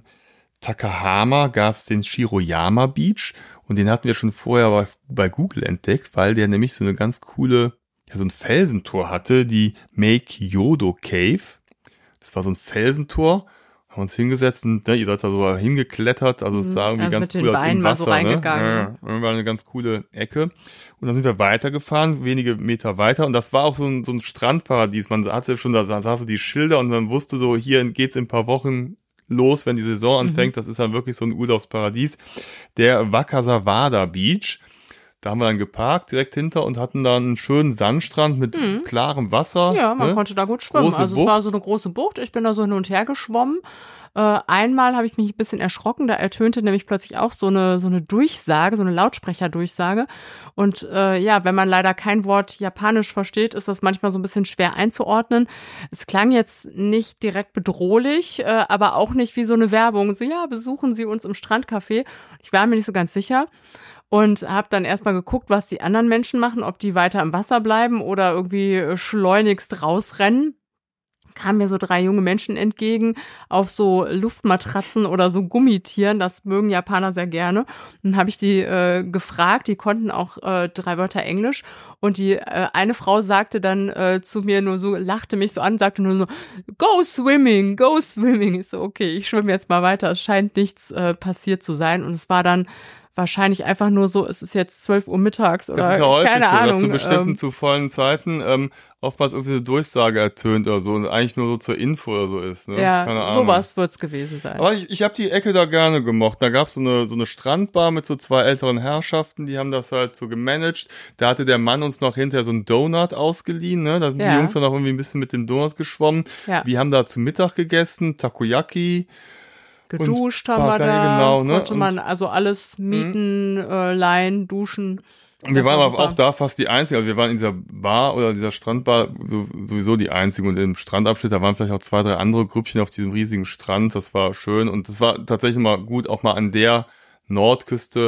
Takahama gab es den Shiroyama Beach. Und den hatten wir schon vorher bei, bei Google entdeckt, weil der nämlich so eine ganz coole, ja, so ein Felsentor hatte, die Make-Yodo Cave. Das war so ein Felsentor. Haben uns hingesetzt und ne, ihr seid da so hingeklettert, also es sah irgendwie Also ganz mit den cool aus Beinen im mal so Wasser, ne? reingegangen. Ja, ja, war eine ganz coole Ecke. Und dann sind wir weitergefahren, wenige Meter weiter, und das war auch so ein, so ein Strandparadies. Man hatte schon, da sah so die Schilder und man wusste so, hier geht's in ein paar Wochen los, wenn die Saison anfängt. Das ist dann wirklich so ein Urlaubsparadies. Der Wakasawada Beach. Da haben wir dann geparkt direkt hinter und hatten dann einen schönen Sandstrand mit klarem Wasser. Ja, man ne? konnte da gut schwimmen. Große Also Bucht. es war so eine große Bucht. Ich bin da so hin und her geschwommen. Äh, einmal habe ich mich ein bisschen erschrocken. Da ertönte nämlich plötzlich auch so eine so eine Durchsage, so eine Lautsprecherdurchsage. Und äh, ja, wenn man leider kein Wort Japanisch versteht, ist das manchmal so ein bisschen schwer einzuordnen. Es klang jetzt nicht direkt bedrohlich, äh, aber auch nicht wie so eine Werbung. So, ja, besuchen Sie uns im Strandcafé. Ich war mir nicht so ganz sicher. Und habe dann erstmal geguckt, was die anderen Menschen machen, ob die weiter im Wasser bleiben oder irgendwie schleunigst rausrennen. Kamen mir so drei junge Menschen entgegen auf so Luftmatratzen oder so Gummitieren. Das mögen Japaner sehr gerne. Dann habe ich die äh, gefragt. Die konnten auch äh, drei Wörter Englisch. Und die äh, eine Frau sagte dann äh, zu mir nur so, lachte mich so an, sagte nur so, go swimming, go swimming. Ich so, okay, ich schwimme jetzt mal weiter. Es scheint nichts äh, passiert zu sein. Und es war dann wahrscheinlich einfach nur so, es ist jetzt zwölf Uhr mittags oder Das ist ja häufig keine so, Ahnung. dass zu bestimmten ähm, zu vollen Zeiten ähm, oftmals irgendwie eine Durchsage ertönt oder so und eigentlich nur so zur Info oder so ist. Ne? ja, Keine Ahnung. sowas wird's gewesen sein. Aber ich, ich habe die Ecke da gerne gemocht. Da gab's so eine so eine Strandbar mit so zwei älteren Herrschaften, die haben das halt so gemanagt. Da hatte der Mann uns noch hinterher so einen Donut ausgeliehen. Ne? Da sind Ja. die Jungs dann auch irgendwie ein bisschen mit dem Donut geschwommen. Ja. Wir haben da zu Mittag gegessen, Takoyaki. Geduscht und haben wir paar kleine- da, genau, ne? konnte Und- man also alles mieten, äh, leihen, duschen. Und wir Das waren war aber super. auch da fast die Einzigen. Also wir waren in dieser Bar oder dieser Strandbar so, sowieso die Einzigen. Und im Strandabschnitt, da waren vielleicht auch zwei, drei andere Grüppchen auf diesem riesigen Strand. Das war schön. Und das war tatsächlich mal gut, auch mal an der Nordküste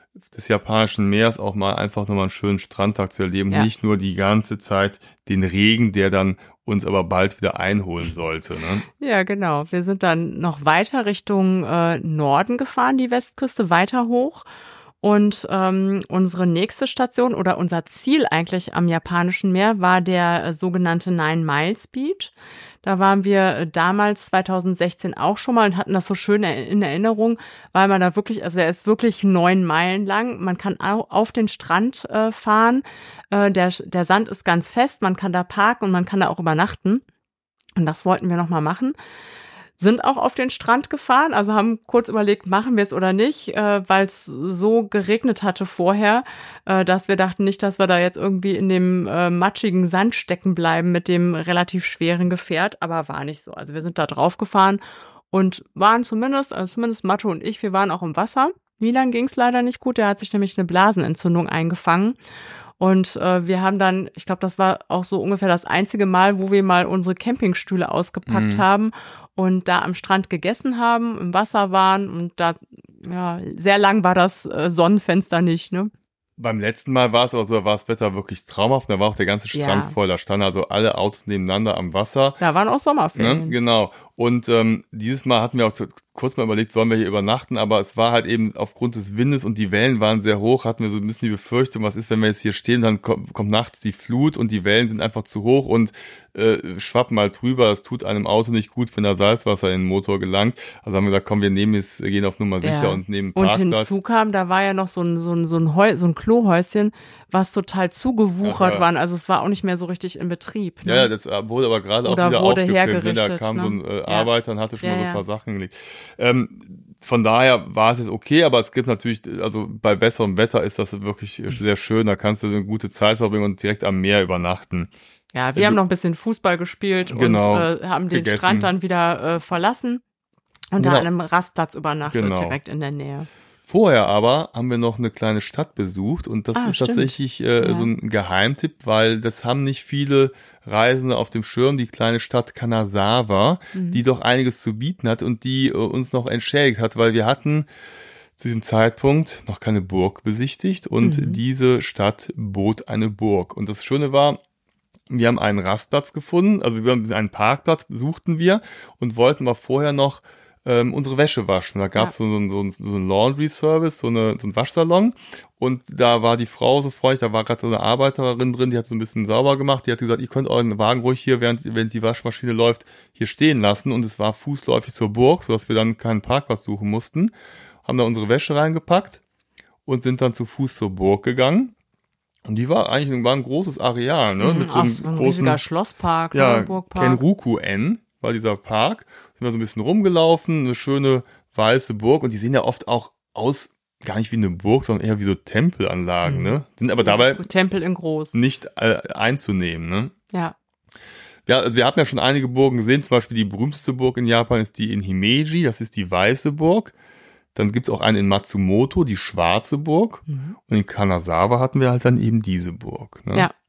des japanischen Meeres auch mal einfach nochmal einen schönen Strandtag zu erleben. Ja. Nicht nur die ganze Zeit den Regen, der dann uns aber bald wieder einholen sollte. Ne? Ja, genau. Wir sind dann noch weiter Richtung äh, Norden gefahren, die Westküste, weiter hoch. Und ähm, unsere nächste Station oder unser Ziel eigentlich am japanischen Meer war der äh, sogenannte Nine Miles Beach. Da waren wir äh, damals zwanzig sechzehn auch schon mal und hatten das so schön in Erinnerung, weil man da wirklich, also er ist wirklich neun Meilen lang. Man kann auch auf den Strand äh, fahren. Äh, der, der Sand ist ganz fest, man kann da parken und man kann da auch übernachten. Und das wollten wir nochmal machen. Sind auch auf den Strand gefahren, also haben kurz überlegt, machen wir es oder nicht, äh, weil es so geregnet hatte vorher, äh, dass wir dachten nicht, dass wir da jetzt irgendwie in dem äh, matschigen Sand stecken bleiben mit dem relativ schweren Gefährt, aber war nicht so. Also wir sind da drauf gefahren und waren zumindest, also zumindest Mathe und ich, wir waren auch im Wasser. Milan ging es leider nicht gut, der hat sich nämlich eine Blasenentzündung eingefangen. Und äh, wir haben dann, ich glaube, das war auch so ungefähr das einzige Mal, wo wir mal unsere Campingstühle ausgepackt Mhm. haben und da am Strand gegessen haben, im Wasser waren und da, ja, sehr lang war das äh, Sonnenfenster nicht, ne? Beim letzten Mal war es aber so, da war das Wetter wirklich traumhaft. Da war auch der ganze Strand Ja. voll. Da standen also alle Autos nebeneinander am Wasser. Da waren auch Sommerferien. Ne? Genau. Und ähm, dieses Mal hatten wir auch t- kurz mal überlegt, sollen wir hier übernachten, aber es war halt eben aufgrund des Windes und die Wellen waren sehr hoch, hatten wir so ein bisschen die Befürchtung, was ist, wenn wir jetzt hier stehen, dann kommt, kommt nachts die Flut und die Wellen sind einfach zu hoch und äh, schwappen mal drüber. Das tut einem Auto nicht gut, wenn da Salzwasser in den Motor gelangt. Also haben wir gesagt, komm, wir nehmen es, gehen auf Nummer sicher Ja. und nehmen einen Und Parkplatz. hinzu kam, da war ja noch so ein, so ein, so ein, Heu, so ein Klohäuschen, was total zugewuchert Ach ja. war. Also es war auch nicht mehr so richtig in Betrieb. Ne? Ja, ja, das äh, wurde aber gerade auch Oder wieder wurde aufgepimpt. Ne? Da hergerichtet, kam ne? so ein äh, Ja. Arbeiter und hatte schon Ja, mal so ein ja. paar Sachen gelegt. Ähm, von daher war es jetzt okay, aber es gibt natürlich, also bei besserem Wetter ist das wirklich sehr schön. Da kannst du eine gute Zeit verbringen und direkt am Meer übernachten. Ja, wir Ja, haben du- noch ein bisschen Fußball gespielt Genau, und äh, haben den gegessen. Strand dann wieder äh, verlassen und Genau. da an einem Rastplatz übernachtet, Genau. direkt in der Nähe. Vorher aber haben wir noch eine kleine Stadt besucht und das Ah, ist stimmt. tatsächlich äh, Ja. so ein Geheimtipp, weil das haben nicht viele Reisende auf dem Schirm, die kleine Stadt Kanazawa, Mhm. die doch einiges zu bieten hat und die äh, uns noch entschädigt hat, weil wir hatten zu diesem Zeitpunkt noch keine Burg besichtigt und Mhm. diese Stadt bot eine Burg. Und das Schöne war, wir haben einen Rastplatz gefunden, also wir haben einen Parkplatz suchten wir und wollten mal vorher noch ähm, unsere Wäsche waschen. Da gab es Ja. so, so, so, so einen Laundry-Service, so, eine, so einen Waschsalon und da war die Frau so freundlich, da war gerade so eine Arbeiterin drin, die hat so ein bisschen sauber gemacht, die hat gesagt, ihr könnt euren Wagen ruhig hier, während, während die Waschmaschine läuft, hier stehen lassen und es war fußläufig zur Burg, sodass wir dann keinen Parkplatz suchen mussten, haben da unsere Wäsche reingepackt und sind dann zu Fuß zur Burg gegangen. Und die war eigentlich war ein großes Areal, ne? Mhm. Mit so Ach, einem so ein großen, riesiger Schlosspark, ja, ne? Burgpark. Kenruku-en war dieser Park. Sind wir so ein bisschen rumgelaufen, eine schöne weiße Burg. Und die sehen ja oft auch aus, gar nicht wie eine Burg, sondern eher wie so Tempelanlagen, Mhm. ne? Sind aber dabei Tempel in groß. nicht äh, einzunehmen, ne? Ja. Ja, also wir hatten ja schon einige Burgen gesehen. Zum Beispiel die berühmteste Burg in Japan ist die in Himeji. Das ist die weiße Burg. Dann gibt's auch eine in Matsumoto, die schwarze Burg. Mhm. Und in Kanazawa hatten wir halt dann eben diese Burg. Ne? Ja.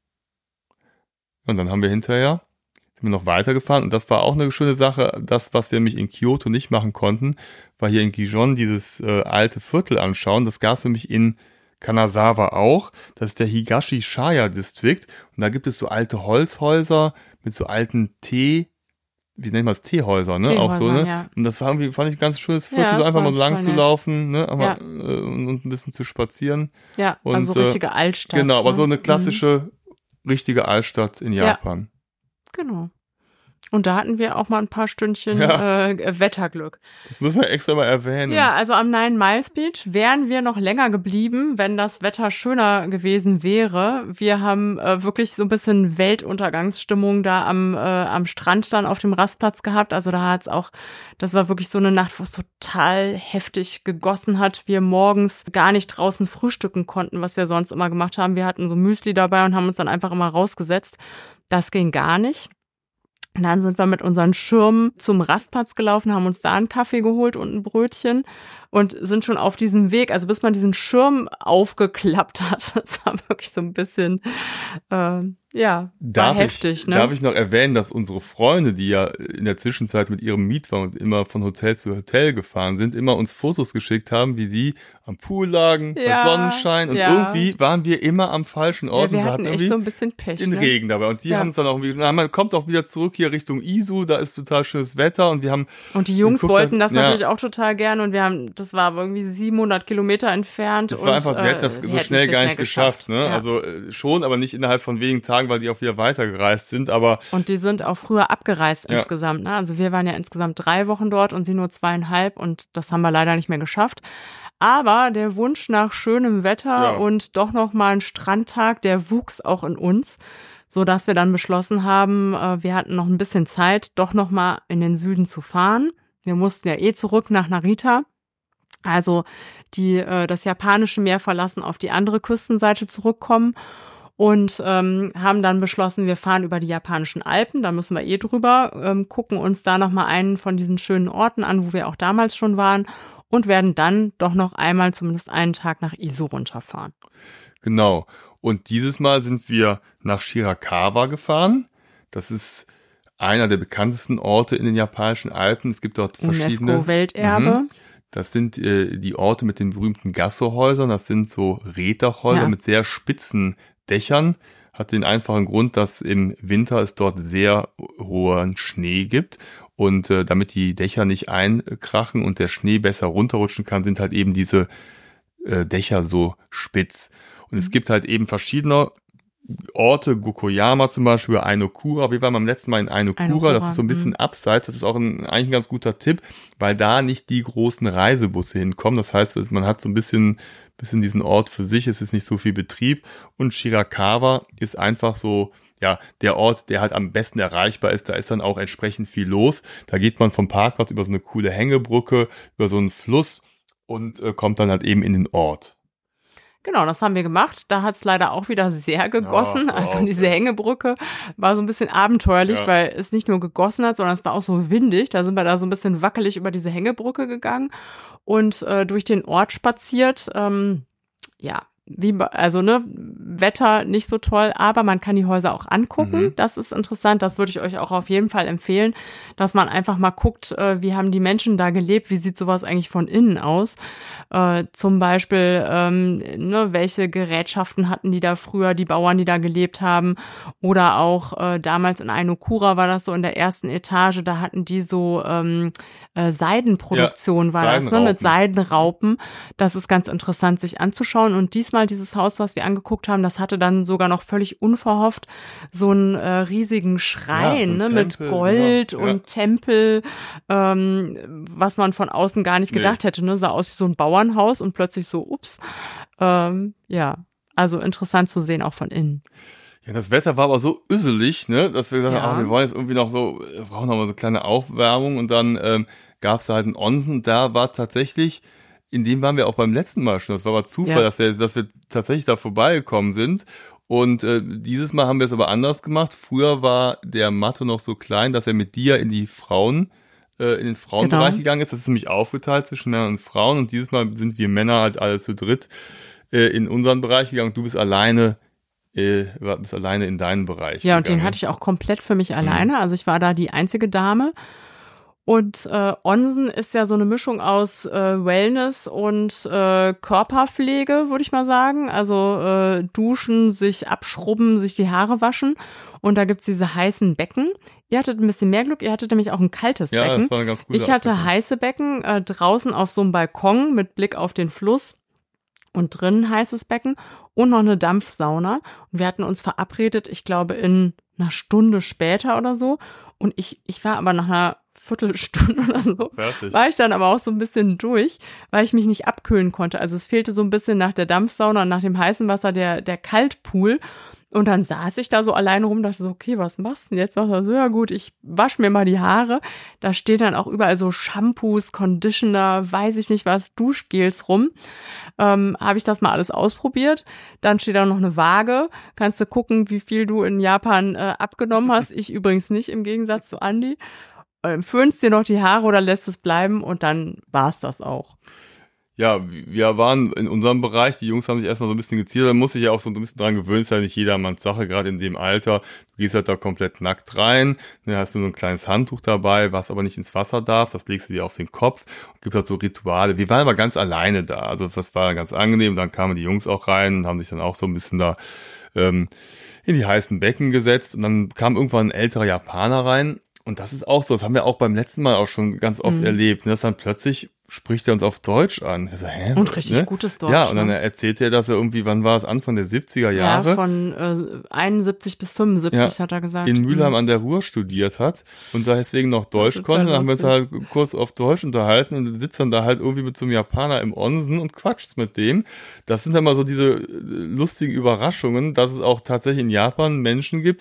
Und dann haben wir hinterher, sind wir noch weitergefahren. Und das war auch eine schöne Sache. Das, was wir nämlich in Kyoto nicht machen konnten, war hier in Gijon dieses äh, alte Viertel anschauen. Das gab's nämlich in Kanazawa auch. Das ist der Higashi-Shaya District. Und da gibt es so alte Holzhäuser mit so alten Tee, wie nennt man das, Teehäuser, ne? Auch so, Teehäusern, ne? ja. Und das war irgendwie, fand ich ein ganz schönes Viertel, Ja, so das einfach war mal lang voll zu nett. laufen, ne? Aber, Ja. äh, und, und ein bisschen zu spazieren. Ja, Und, also äh, richtige Altstadt. Genau, aber ne? so eine Mhm. klassische, richtige Altstadt in Ja. Japan. Genau. Und da hatten wir auch mal ein paar Stündchen Ja. äh, Wetterglück. Das müssen wir extra mal erwähnen. Ja, also am Nine Miles Beach wären wir noch länger geblieben, wenn das Wetter schöner gewesen wäre. Wir haben äh, wirklich so ein bisschen Weltuntergangsstimmung da am, äh, am Strand dann auf dem Rastplatz gehabt. Also da hat's auch, das war wirklich so eine Nacht, wo es total heftig gegossen hat. Wir morgens gar nicht draußen frühstücken konnten, was wir sonst immer gemacht haben. Wir hatten so Müsli dabei und haben uns dann einfach immer rausgesetzt. Das ging gar nicht. Und dann sind wir mit unseren Schirmen zum Rastplatz gelaufen, haben uns da einen Kaffee geholt und ein Brötchen und sind schon auf diesem Weg, also bis man diesen Schirm aufgeklappt hat, das war wirklich so ein bisschen, äh, Ja, darf war heftig, ich, ne? Darf ich noch erwähnen, dass unsere Freunde, die ja in der Zwischenzeit mit ihrem Mietwagen immer von Hotel zu Hotel gefahren sind, immer uns Fotos geschickt haben, wie sie am Pool lagen, bei Ja, Sonnenschein und ja. irgendwie waren wir immer am falschen Ort. Ja, wir und wir hatten echt irgendwie so ein bisschen Pech, den ne? Regen dabei. Und die Ja. haben es dann auch wieder, na, man kommt auch wieder zurück hier Richtung Isu, da ist total schönes Wetter und wir haben Und die Jungs geguckt, wollten das ja. natürlich auch total gern und wir haben, das war aber irgendwie siebenhundert Kilometer entfernt. Das und, war einfach, wir hätten das äh, so hätten schnell es gar mehr nicht geschafft, ne? Ja. Also äh, schon, aber nicht innerhalb von wenigen Tagen, weil die auch wieder weitergereist sind, aber Und die sind auch früher abgereist Ja. insgesamt, ne? Also wir waren ja insgesamt drei Wochen dort und sie nur zweieinhalb und das haben wir leider nicht mehr geschafft. Aber der Wunsch nach schönem Wetter Ja. und doch noch mal ein Strandtag, der wuchs auch in uns, so dass wir dann beschlossen haben, äh, wir hatten noch ein bisschen Zeit, doch noch mal in den Süden zu fahren. Wir mussten ja eh zurück nach Narita. Also die äh, das japanische Meer verlassen, auf die andere Küstenseite zurückkommen und ähm, haben dann beschlossen, wir fahren über die japanischen Alpen, da müssen wir eh drüber, ähm, gucken uns da nochmal einen von diesen schönen Orten an, wo wir auch damals schon waren und werden dann doch noch einmal zumindest einen Tag nach Izu runterfahren. genau. Und dieses Mal sind wir nach Shirakawa gefahren. Das ist einer der bekanntesten Orte in den japanischen Alpen. Es gibt dort verschiedene. UNESCO-Welterbe. Mhm. Das sind äh, die Orte mit den berühmten Gasso-Häusern. Das sind so Reetdachhäuser Ja. mit sehr spitzen Dächern. Hat den einfachen Grund, dass im Winter es dort sehr hohen Schnee gibt. Und äh, damit die Dächer nicht einkrachen und der Schnee besser runterrutschen kann, sind halt eben diese äh, Dächer so spitz. Und es gibt halt eben verschiedene Orte, Gokoyama zum Beispiel, Ainokura. Wir waren beim letzten Mal in Ainokura, Ainokura, das ist so ein bisschen mhm. abseits. Das ist auch ein, eigentlich ein ganz guter Tipp, weil da nicht die großen Reisebusse hinkommen. Das heißt, man hat so ein bisschen, bisschen diesen Ort für sich, es ist nicht so viel Betrieb. Und Shirakawa ist einfach so, ja, der Ort, der halt am besten erreichbar ist. Da ist dann auch entsprechend viel los. Da geht man vom Parkplatz über so eine coole Hängebrücke, über so einen Fluss und äh, kommt dann halt eben in den Ort. Genau, das haben wir gemacht. Da hat's leider auch wieder sehr gegossen. Ja, also okay. diese Hängebrücke war so ein bisschen abenteuerlich, Ja. weil es nicht nur gegossen hat, sondern es war auch so windig. Da sind wir da so ein bisschen wackelig über diese Hängebrücke gegangen und äh, durch den Ort spaziert. Ähm, ja, wie, bei- also ne, Wetter nicht so toll, aber man kann die Häuser auch angucken. Mhm. Das ist interessant. Das würde ich euch auch auf jeden Fall empfehlen, dass man einfach mal guckt, äh, wie haben die Menschen da gelebt, wie sieht sowas eigentlich von innen aus. Äh, zum Beispiel, ähm, ne, welche Gerätschaften hatten die da früher, die Bauern, die da gelebt haben. Oder auch äh, damals in Ainokura war das so in der ersten Etage, da hatten die so ähm, äh, Seidenproduktion, Ja, war das, ne, mit Seidenraupen. Seidenraupen. Das ist ganz interessant, sich anzuschauen. Und diesmal dieses Haus, was wir angeguckt haben, das hatte dann sogar noch völlig unverhofft so einen äh, riesigen Schrein, Ja, so ein ne, mit Tempel, Gold genau, ja. und Tempel, ähm, was man von außen gar nicht Nee. gedacht hätte, ne, sah aus wie so ein Bauernhaus und plötzlich so, ups, ähm, ja, also interessant zu sehen, auch von innen. Ja, das Wetter war aber so üsselig, ne, dass wir gesagt Ja. haben, ach, wir wollen jetzt irgendwie noch so, wir brauchen noch mal so eine kleine Aufwärmung und dann ähm, gab es da halt einen Onsen, da war tatsächlich, in dem waren wir auch beim letzten Mal schon, das war aber Zufall, Ja. dass wir, dass wir tatsächlich da vorbeigekommen sind und äh, dieses Mal haben wir es aber anders gemacht. Früher war der Matto noch so klein, dass er mit dir in die Frauen, äh, in den Frauenbereich Genau. gegangen ist, das ist nämlich aufgeteilt zwischen Männern und Frauen und dieses Mal sind wir Männer halt alle zu dritt äh, in unseren Bereich gegangen, du bist alleine äh, bist alleine in deinen Bereich Ja, und gegangen. den hatte ich auch komplett für mich alleine. Also ich war da die einzige Dame. Und äh, Onsen ist ja so eine Mischung aus äh, Wellness und äh, Körperpflege, würde ich mal sagen. Also äh, duschen, sich abschrubben, sich die Haare waschen. Und da gibt's diese heißen Becken. Ihr hattet ein bisschen mehr Glück, ihr hattet nämlich auch ein kaltes Ja, Becken. das war eine ganz gute Ich hatte Abwechslung. heiße Becken äh, draußen auf so einem Balkon mit Blick auf den Fluss und drinnen heißes Becken und noch eine Dampfsauna. Und wir hatten uns verabredet, ich glaube in einer Stunde später oder so. Und ich, ich war aber nach einer Viertelstunde oder so, Fertig. war ich dann aber auch so ein bisschen durch, weil ich mich nicht abkühlen konnte. Also es fehlte so ein bisschen nach der Dampfsauna und nach dem heißen Wasser der, der Kaltpool. Und dann saß ich da so alleine rum, dachte so, okay, was machst du denn jetzt? Sag ich so, ja gut, ich wasche mir mal die Haare. Da stehen dann auch überall so Shampoos, Conditioner, weiß ich nicht was, Duschgels rum. Ähm, habe ich das mal alles ausprobiert. Dann steht da noch eine Waage. Kannst du gucken, wie viel du in Japan äh, abgenommen hast. Ich übrigens nicht, im Gegensatz zu Andi. Ähm, föhnst dir noch die Haare oder lässt es bleiben und dann war's das auch. Ja, wir waren in unserem Bereich, die Jungs haben sich erstmal so ein bisschen gezielt, da muss ich ja auch so ein bisschen dran gewöhnen, ist ja nicht jedermanns Sache, gerade in dem Alter. Du gehst halt da komplett nackt rein, dann hast du nur ein kleines Handtuch dabei, was aber nicht ins Wasser darf, das legst du dir auf den Kopf und gibt halt so Rituale. Wir waren aber ganz alleine da, also das war ganz angenehm, dann kamen die Jungs auch rein und haben sich dann auch so ein bisschen da ähm, in die heißen Becken gesetzt und dann kam irgendwann ein älterer Japaner rein und das ist auch so, das haben wir auch beim letzten Mal auch schon ganz oft mhm. erlebt, ne, dass dann plötzlich spricht er uns auf Deutsch an. So, hä? Und richtig ne? gutes Deutsch. Ja, und dann ne? erzählt er, dass er irgendwie, wann war es, Anfang der siebziger Jahre? Ja, von äh, einundsiebzig bis fünfundsiebzig ja, hat er gesagt. In Mülheim an der Ruhr studiert hat und da deswegen noch Deutsch konnte. Dann haben wir uns halt kurz auf Deutsch unterhalten und sitzt dann da halt irgendwie mit so einem Japaner im Onsen und quatscht mit dem. Das sind dann mal so diese lustigen Überraschungen, dass es auch tatsächlich in Japan Menschen gibt,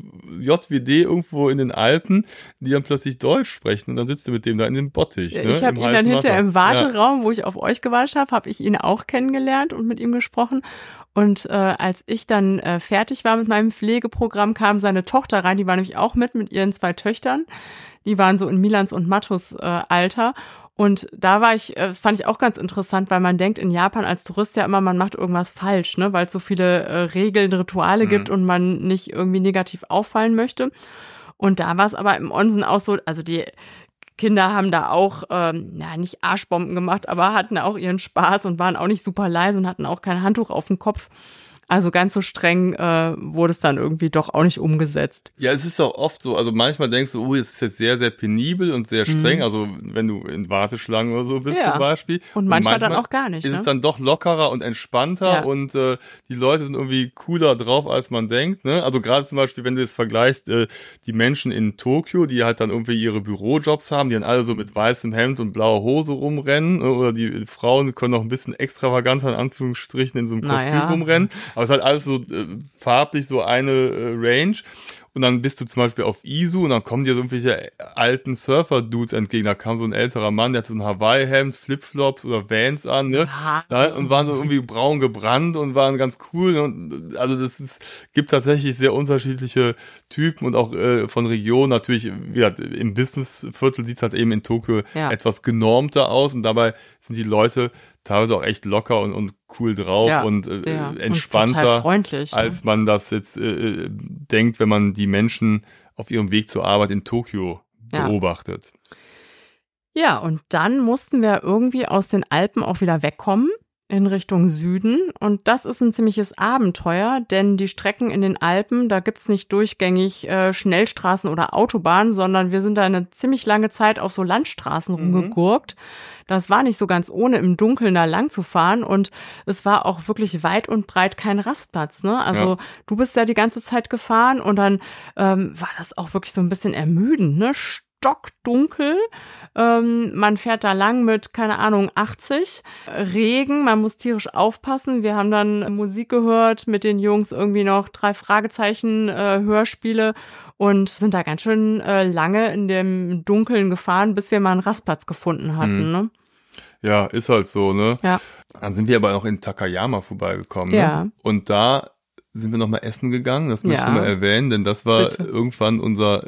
J W D irgendwo in den Alpen, die dann plötzlich Deutsch sprechen und dann sitzt du mit dem da in dem Bottich. Ja, ne, ich habe ihn dann hinter im Warteraum, ja. wo ich auf euch gewartet habe, habe ich ihn auch kennengelernt und mit ihm gesprochen. Und äh, als ich dann äh, fertig war mit meinem Pflegeprogramm, kam seine Tochter rein, die war nämlich auch mit, mit ihren zwei Töchtern. Die waren so in Milans und Mattus äh, Alter. Und da war ich, äh, fand ich auch ganz interessant, weil man denkt in Japan als Tourist ja immer, man macht irgendwas falsch, ne, weil es so viele äh, Regeln, Rituale mhm. gibt und man nicht irgendwie negativ auffallen möchte. Und da war es aber im Onsen auch so, also die Kinder haben da auch, ähm, ja, nicht Arschbomben gemacht, aber hatten auch ihren Spaß und waren auch nicht super leise und hatten auch kein Handtuch auf dem Kopf. Also ganz so streng äh, wurde es dann irgendwie doch auch nicht umgesetzt. Ja, es ist auch oft so, also manchmal denkst du, oh, es ist jetzt sehr, sehr penibel und sehr streng, mhm. also wenn du in Warteschlangen oder so bist ja. zum Beispiel. Und manchmal, und manchmal dann auch gar nicht. Ist ne? es dann doch lockerer und entspannter ja. und äh, die Leute sind irgendwie cooler drauf, als man denkt. Ne? Also gerade zum Beispiel, wenn du jetzt vergleichst, äh, die Menschen in Tokio, die halt dann irgendwie ihre Bürojobs haben, die dann alle so mit weißem Hemd und blauer Hose rumrennen, oder die Frauen können noch ein bisschen extravaganter in Anführungsstrichen in so einem Kostüm naja. rumrennen. Aber es ist halt alles so äh, farblich so eine äh, Range. Und dann bist du zum Beispiel auf Izu und dann kommen dir so irgendwelche alten Surfer-Dudes entgegen. Da kam so ein älterer Mann, der hatte so ein Hawaii-Hemd, Flipflops oder Vans an, ne? Ja, und waren so irgendwie braun gebrannt und waren ganz cool. Ne? Und also das ist, gibt tatsächlich sehr unterschiedliche Typen und auch äh, von Regionen. Natürlich, wie gesagt, im Businessviertel sieht es halt eben in Tokio ja. etwas genormter aus und dabei sind die Leute teilweise auch echt locker und, und cool drauf ja, und äh, entspannter, freundlich, als man das jetzt äh, denkt, wenn man die Menschen auf ihrem Weg zur Arbeit in Tokio ja. beobachtet. Ja, und dann mussten wir irgendwie aus den Alpen auch wieder wegkommen in Richtung Süden und das ist ein ziemliches Abenteuer, denn die Strecken in den Alpen, da gibt's nicht durchgängig äh, Schnellstraßen oder Autobahnen, sondern wir sind da eine ziemlich lange Zeit auf so Landstraßen mhm. rumgegurkt. Das war nicht so ganz ohne, im Dunkeln da lang zu fahren und es war auch wirklich weit und breit kein Rastplatz, ne? Also ja. du bist ja die ganze Zeit gefahren und dann ähm, war das auch wirklich so ein bisschen ermüdend, ne? Stockdunkel, ähm, man fährt da lang mit, keine Ahnung, achtzig, Regen, man muss tierisch aufpassen. Wir haben dann Musik gehört mit den Jungs, irgendwie noch drei Fragezeichen äh, Hörspiele und sind da ganz schön äh, lange in dem Dunkeln gefahren, bis wir mal einen Rastplatz gefunden hatten, mhm. ne? Ja, ist halt so, ne? Ja. Dann sind wir aber auch in Takayama vorbeigekommen, ja. ne? Und da sind wir noch mal essen gegangen, das möchte ja. ich mal erwähnen, denn das war Bitte. irgendwann unser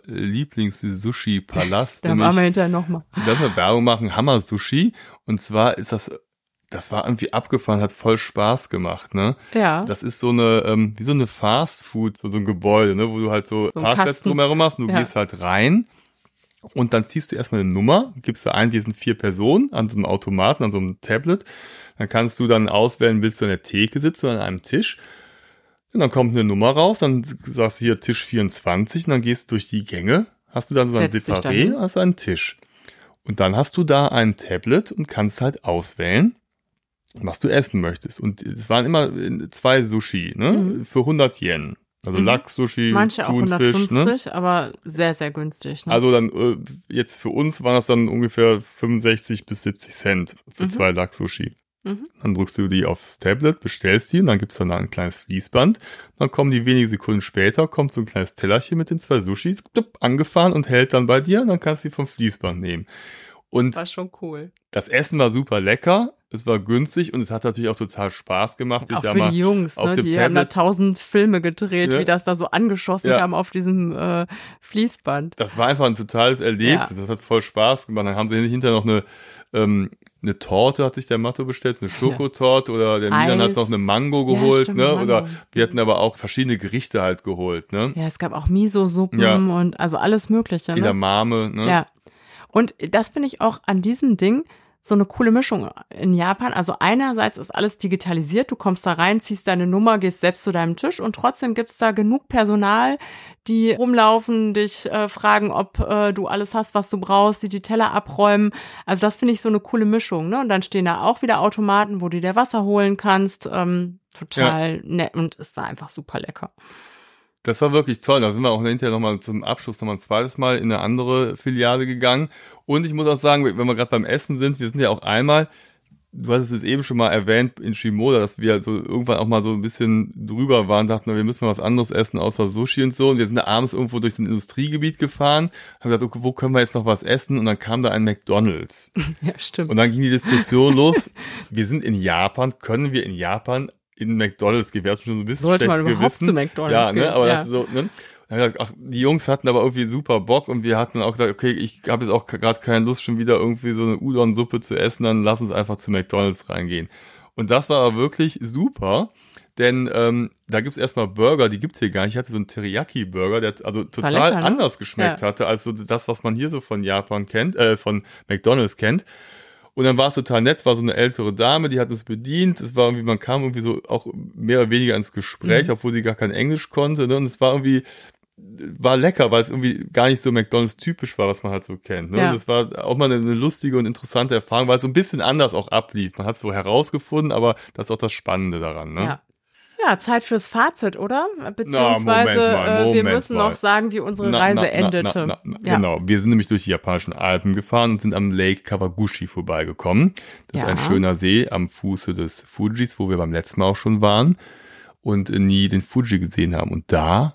Lieblings-Sushi-Palast. Da machen wir hinterher nochmal. Da werden wir Werbung machen, Hammer-Sushi. Und zwar ist das, das war irgendwie abgefahren, hat voll Spaß gemacht, ne? Ja. Das ist so eine, ähm, wie so eine Fast-Food, so, so ein Gebäude, ne, wo du halt so, so Parkplätze drumherum hast und du ja. gehst halt rein. Und dann ziehst du erstmal eine Nummer, gibst da ein, wir sind vier Personen an so einem Automaten, an so einem Tablet. Dann kannst du dann auswählen, willst du an der Theke sitzen oder an einem Tisch? Und dann kommt eine Nummer raus, dann sagst du hier Tisch vierundzwanzig und dann gehst du durch die Gänge, hast du dann so ein Separé, hast einen Tisch. Und dann hast du da ein Tablet und kannst halt auswählen, was du essen möchtest. Und es waren immer zwei Sushi, ne, mhm. für hundert Yen. Also mhm. Lachs-Sushi, manche Thunfisch, auch hundertfünfzig, ne? Aber sehr, sehr günstig. Ne? Also dann, äh, jetzt für uns waren das dann ungefähr fünfundsechzig bis siebzig Cent für mhm. zwei Lachs-Sushi. Mhm. Dann drückst du die aufs Tablet, bestellst die und dann gibt's dann da ein kleines Fließband. Dann kommen die wenige Sekunden später, kommt so ein kleines Tellerchen mit den zwei Sushis, tup, angefahren und hält dann bei dir und dann kannst du die vom Fließband nehmen. Und war schon cool. Das Essen war super lecker, es war günstig und es hat natürlich auch total Spaß gemacht. Auch für die Jungs, ne? Die Tablet haben da tausend Filme gedreht, ja. wie das da so angeschossen ja. haben auf diesem äh, Fließband. Das war einfach ein totales Erlebnis, ja. das hat voll Spaß gemacht. Dann haben sie hinterher noch eine ähm, eine Torte hat sich der Matto bestellt, eine Schokotorte, oder der Milan hat noch eine Mango geholt, ja, stimmt, ne? Mango. Oder wir hatten aber auch verschiedene Gerichte halt geholt, ne? Ja, es gab auch Miso-Suppen ja. und also alles Mögliche. Ne? Edamame, ne? Ja. Und das finde ich auch an diesem Ding so eine coole Mischung in Japan. Also einerseits ist alles digitalisiert, du kommst da rein, ziehst deine Nummer, gehst selbst zu deinem Tisch und trotzdem gibt's da genug Personal, die rumlaufen, dich äh, fragen, ob äh, du alles hast, was du brauchst, die die Teller abräumen. Also das finde ich so eine coole Mischung, ne? Und dann stehen da auch wieder Automaten, wo du dir Wasser holen kannst. Ähm, total ja. nett und es war einfach super lecker. Das war wirklich toll. Da sind wir auch hinterher nochmal zum Abschluss nochmal ein zweites Mal in eine andere Filiale gegangen. Und ich muss auch sagen, wenn wir gerade beim Essen sind, wir sind ja auch einmal, du hast es eben schon mal erwähnt in Shimoda, dass wir so irgendwann auch mal so ein bisschen drüber waren, dachten, wir müssen mal was anderes essen außer Sushi und so. Und wir sind da abends irgendwo durch so ein Industriegebiet gefahren, haben gesagt, okay, wo können wir jetzt noch was essen? Und dann kam da ein McDonald's. Ja, stimmt. Und dann ging die Diskussion los. Wir sind in Japan, können wir in Japan in McDonald's gehen? Wir hatten schon so ein bisschen Sollte schlechtes man überhaupt Gewissen. Zu McDonald's ja, ne, aber ja. das so, ne? Dann haben wir gesagt, ach, die Jungs hatten aber irgendwie super Bock und wir hatten auch gesagt, okay, ich habe jetzt auch gerade keine Lust, schon wieder irgendwie so eine Udon-Suppe zu essen, dann lass uns einfach zu McDonald's reingehen. Und das war aber wirklich super, denn ähm, da gibt's erstmal Burger, die gibt's hier gar nicht. Ich hatte so einen Teriyaki-Burger, der also total lecker, ne? anders geschmeckt ja. hatte, als so das, was man hier so von Japan kennt, äh, von McDonald's kennt. Und dann war es total nett, es war so eine ältere Dame, die hat uns bedient, es war irgendwie, man kam irgendwie so auch mehr oder weniger ins Gespräch, mhm. obwohl sie gar kein Englisch konnte, ne? Und es war irgendwie, war lecker, weil es irgendwie gar nicht so McDonald's typisch war, was man halt so kennt, ne? Ja. Das war auch mal eine, eine lustige und interessante Erfahrung, weil es so ein bisschen anders auch ablief. Man hat es so herausgefunden, aber das ist auch das Spannende daran, ne? Ja. Ja, Zeit fürs Fazit, oder? Beziehungsweise na, Moment mal, Moment wir müssen mal. noch sagen, wie unsere na, Reise na, endete. Na, na, na, ja. Genau, wir sind nämlich durch die japanischen Alpen gefahren und sind am Lake Kawaguchi vorbeigekommen. Das ja. ist ein schöner See am Fuße des Fujis, wo wir beim letzten Mal auch schon waren und nie den Fuji gesehen haben. Und da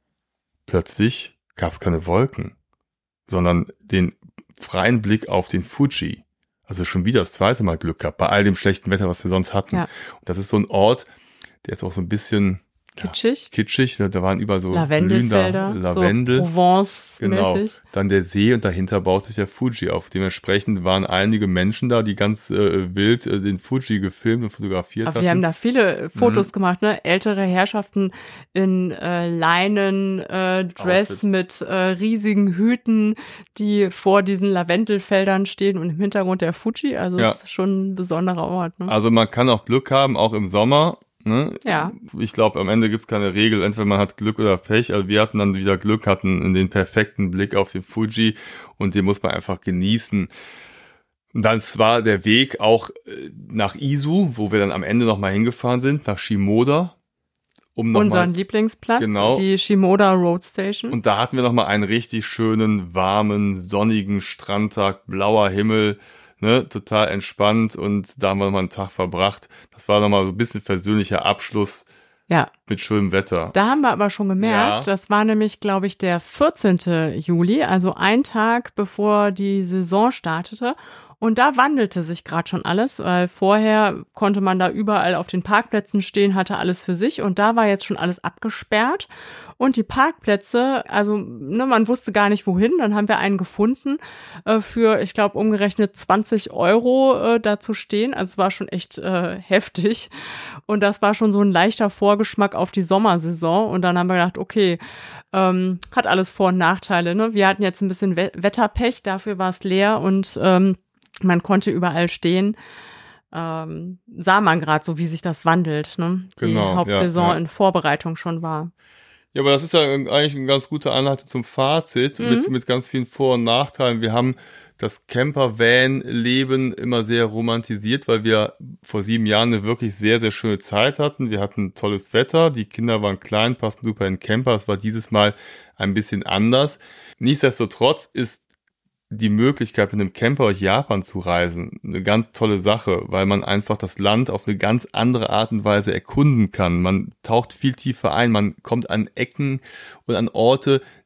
plötzlich gab es keine Wolken, sondern den freien Blick auf den Fuji. Also schon wieder das zweite Mal Glück gehabt, bei all dem schlechten Wetter, was wir sonst hatten. Ja. Und das ist so ein Ort, der ist auch so ein bisschen kitschig. Ja, kitschig, da waren überall so Lavendelfelder, Lavendel. So Provence-mäßig. Genau. Dann der See und dahinter baut sich der Fuji auf. Dementsprechend waren einige Menschen da, die ganz äh, wild äh, den Fuji gefilmt und fotografiert Aber hatten. Wir haben da viele Fotos mhm. gemacht, ne? Ältere Herrschaften in äh, Leinen, äh, Dress Outfits. mit äh, riesigen Hüten, die vor diesen Lavendelfeldern stehen und im Hintergrund der Fuji. Also ja. es ist schon ein besonderer Ort. Ne? Also man kann auch Glück haben, auch im Sommer. Ne? Ja. Ich glaube, am Ende gibt's keine Regel. Entweder man hat Glück oder Pech. Also wir hatten dann wieder Glück, hatten den perfekten Blick auf den Fuji und den muss man einfach genießen. Und dann war der Weg auch nach Izu, wo wir dann am Ende nochmal hingefahren sind, nach Shimoda. Um noch Unseren mal, Lieblingsplatz, genau. die Shimoda Road Station. Und da hatten wir nochmal einen richtig schönen, warmen, sonnigen Strandtag, blauer Himmel. Ne, total entspannt und da haben wir nochmal einen Tag verbracht. Das war nochmal so ein bisschen versöhnlicher Abschluss ja. mit schönem Wetter. Da haben wir aber schon gemerkt, ja. das war nämlich, glaube ich, der vierzehnten Juli, also ein Tag bevor die Saison startete. Und da wandelte sich gerade schon alles, weil vorher konnte man da überall auf den Parkplätzen stehen, hatte alles für sich und da war jetzt schon alles abgesperrt. Und die Parkplätze, also ne, man wusste gar nicht wohin, dann haben wir einen gefunden äh, für, ich glaube, umgerechnet zwanzig Euro äh, da zu stehen. Also es war schon echt äh, heftig und das war schon so ein leichter Vorgeschmack auf die Sommersaison und dann haben wir gedacht, okay, ähm, hat alles Vor- und Nachteile. Ne? Wir hatten jetzt ein bisschen We- Wetterpech, dafür war es leer und ähm, man konnte überall stehen. Ähm, sah man gerade so, wie sich das wandelt, ne? Die genau, Hauptsaison ja, ja. in Vorbereitung schon war. Ja, aber das ist ja eigentlich ein ganz guter Anleitung zum Fazit mhm. mit, mit ganz vielen Vor- und Nachteilen. Wir haben das Camper-Van-Leben immer sehr romantisiert, weil wir vor sieben Jahren eine wirklich sehr, sehr schöne Zeit hatten. Wir hatten tolles Wetter, die Kinder waren klein, passten super in den Camper. Es war dieses Mal ein bisschen anders. Nichtsdestotrotz ist die Möglichkeit, mit einem Camper durch Japan zu reisen, eine ganz tolle Sache, weil man einfach das Land auf eine ganz andere Art und Weise erkunden kann. Man taucht viel tiefer ein, man kommt an Ecken und an Orte,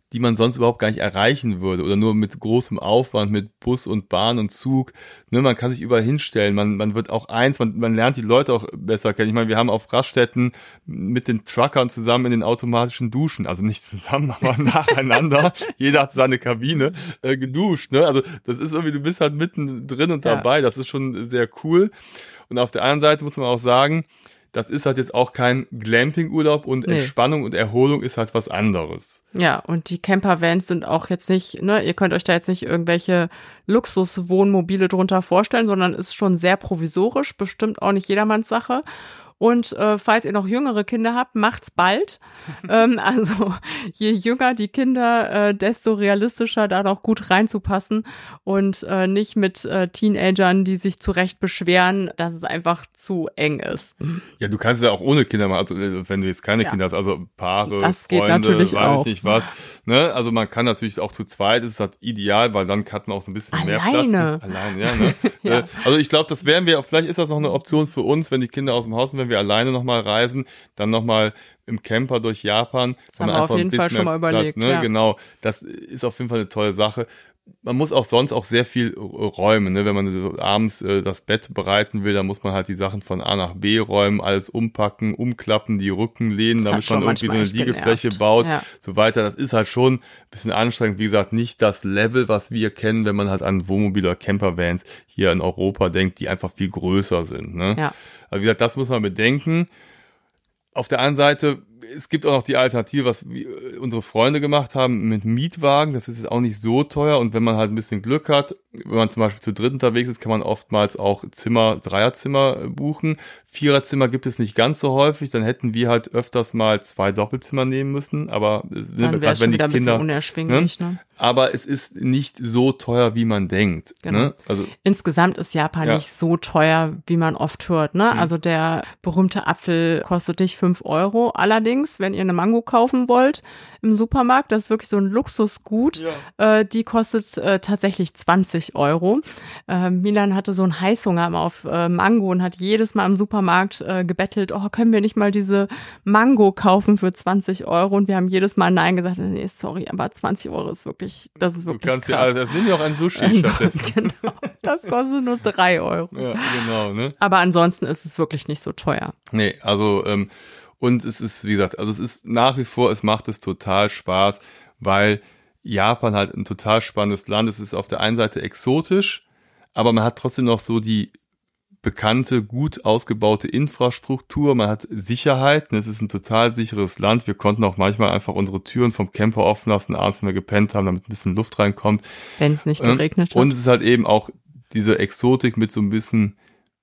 die man sonst überhaupt gar nicht erreichen würde oder nur mit großem Aufwand, mit Bus und Bahn und Zug. Ne, man kann sich überall hinstellen, man, man wird auch eins, man, man lernt die Leute auch besser kennen. Ich meine, wir haben auf Raststätten mit den Truckern zusammen in den automatischen Duschen, also nicht zusammen, aber nacheinander, jeder hat seine Kabine, äh, geduscht. Ne? Also das ist irgendwie, du bist halt mitten drin und dabei, ja. Das ist schon sehr cool. Und auf der anderen Seite muss man auch sagen, das ist halt jetzt auch kein Glamping-Urlaub und nee. Entspannung und Erholung ist halt was anderes. Ja, und die Campervans sind auch jetzt nicht, ne, ihr könnt euch da jetzt nicht irgendwelche Luxuswohnmobile drunter vorstellen, sondern ist schon sehr provisorisch, bestimmt auch nicht jedermanns Sache. Und äh, falls ihr noch jüngere Kinder habt, macht's bald. ähm, also je jünger die Kinder, äh, desto realistischer da noch gut reinzupassen und äh, nicht mit äh, Teenagern, die sich zu Recht beschweren, dass es einfach zu eng ist. Ja, du kannst ja auch ohne Kinder machen, also wenn du jetzt keine ja. Kinder hast, also Paare, das Freunde, geht natürlich weiß auch. ich nicht was. Ne? Also man kann natürlich auch zu zweit, das ist halt ideal, weil dann hat man auch so ein bisschen Alleine. mehr Platz. Alleine. Ja, ne? ja. Also ich glaube, das wären wir, vielleicht ist das noch eine Option für uns, wenn die Kinder aus dem Haus sind, wenn wir alleine nochmal reisen, dann nochmal im Camper durch Japan. Das haben wir auf jeden Fall schon mal überlegt. Platz, ne? Ja. Genau, das ist auf jeden Fall eine tolle Sache. Man muss auch sonst auch sehr viel räumen, ne? Wenn man abends äh, das Bett bereiten will, dann muss man halt die Sachen von A nach B räumen, alles umpacken, umklappen, die Rückenlehnen, damit man irgendwie so eine Liegefläche genervt. baut, ja. so weiter. Das ist halt schon ein bisschen anstrengend. Wie gesagt, nicht das Level, was wir kennen, wenn man halt an Wohnmobil- oder Campervans hier in Europa denkt, die einfach viel größer sind. Ne? Ja. Also wie gesagt, das muss man bedenken. Auf der anderen Seite, es gibt auch noch die Alternative, was unsere Freunde gemacht haben mit Mietwagen. Das ist jetzt auch nicht so teuer. Und wenn man halt ein bisschen Glück hat, wenn man zum Beispiel zu dritt unterwegs ist, kann man oftmals auch Zimmer, Dreierzimmer buchen. Viererzimmer gibt es nicht ganz so häufig. Dann hätten wir halt öfters mal zwei Doppelzimmer nehmen müssen. Aber dann wäre es schon wieder ein bisschen unerschwinglich. Ne? Ne? Aber es ist nicht so teuer, wie man denkt. Genau. Ne? Also insgesamt ist Japan ja. nicht so teuer, wie man oft hört. Ne? Mhm. Also der berühmte Apfel kostet nicht fünf Euro. Allerdings, wenn ihr eine Mango kaufen wollt im Supermarkt, das ist wirklich so ein Luxusgut, ja. äh, die kostet äh, tatsächlich zwanzig Euro. Äh, Milan hatte so einen Heißhunger immer auf äh, Mango und hat jedes Mal im Supermarkt äh, gebettelt, oh, können wir nicht mal diese Mango kaufen für zwanzig Euro? Und wir haben jedes Mal Nein gesagt, nee, sorry, aber zwanzig Euro ist wirklich, das ist wirklich Du kannst krass. ja alles, nimm ja auch ein Sushi stattdessen. Genau, das kostet nur drei Euro. Ja, genau, ne? Aber ansonsten ist es wirklich nicht so teuer. Nee, also, ähm, und es ist, wie gesagt, also es ist nach wie vor, es macht es total Spaß, weil Japan halt ein total spannendes Land ist. Es ist auf der einen Seite exotisch, aber man hat trotzdem noch so die bekannte, gut ausgebaute Infrastruktur. Man hat Sicherheit. Es ist ein total sicheres Land. Wir konnten auch manchmal einfach unsere Türen vom Camper offen lassen, abends, wenn wir gepennt haben, damit ein bisschen Luft reinkommt. Wenn es nicht geregnet hat. Und es ist halt eben auch diese Exotik mit so ein bisschen,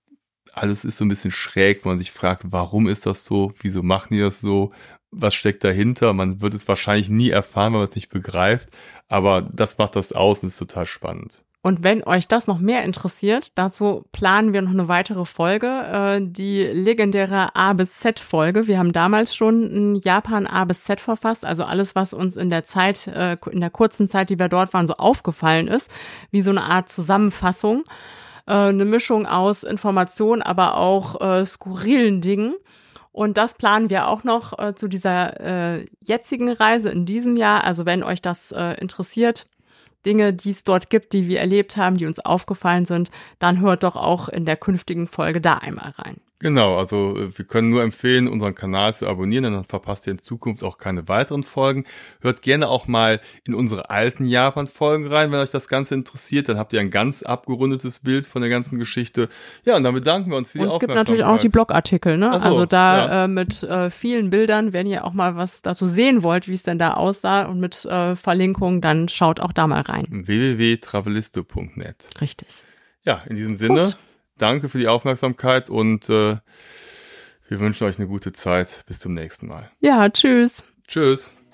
alles ist so ein bisschen schräg, wo man sich fragt, warum ist das so? Wieso machen die das so? Was steckt dahinter? Man wird es wahrscheinlich nie erfahren, wenn man es nicht begreift. Aber das macht das aus und ist total spannend. Und wenn euch das noch mehr interessiert, dazu planen wir noch eine weitere Folge, äh, die legendäre A bis Z Folge. Wir haben damals schon ein Japan A bis Z verfasst, also alles, was uns in der Zeit, äh, in der kurzen Zeit, die wir dort waren, so aufgefallen ist, wie so eine Art Zusammenfassung. Eine Mischung aus Informationen, aber auch äh, skurrilen Dingen. Und das planen wir auch noch äh, zu dieser äh, jetzigen Reise in diesem Jahr. Also wenn euch das äh, interessiert, Dinge, die es dort gibt, die wir erlebt haben, die uns aufgefallen sind, dann hört doch auch in der künftigen Folge da einmal rein. Genau, also wir können nur empfehlen, unseren Kanal zu abonnieren, denn dann verpasst ihr in Zukunft auch keine weiteren Folgen. Hört gerne auch mal in unsere alten Japan-Folgen rein, wenn euch das Ganze interessiert. Dann habt ihr ein ganz abgerundetes Bild von der ganzen Geschichte. Ja, und dann bedanken wir uns für die Aufmerksamkeit. Und es gibt natürlich auch die Blogartikel, ne? Ach so, also da ja. äh, mit äh, vielen Bildern, wenn ihr auch mal was dazu sehen wollt, wie es denn da aussah und mit äh, Verlinkungen, dann schaut auch da mal rein. w w w punkt travelisto punkt net. Richtig. Ja, in diesem Sinne. Gut. Danke für die Aufmerksamkeit und äh, wir wünschen euch eine gute Zeit. Bis zum nächsten Mal. Ja, tschüss. Tschüss.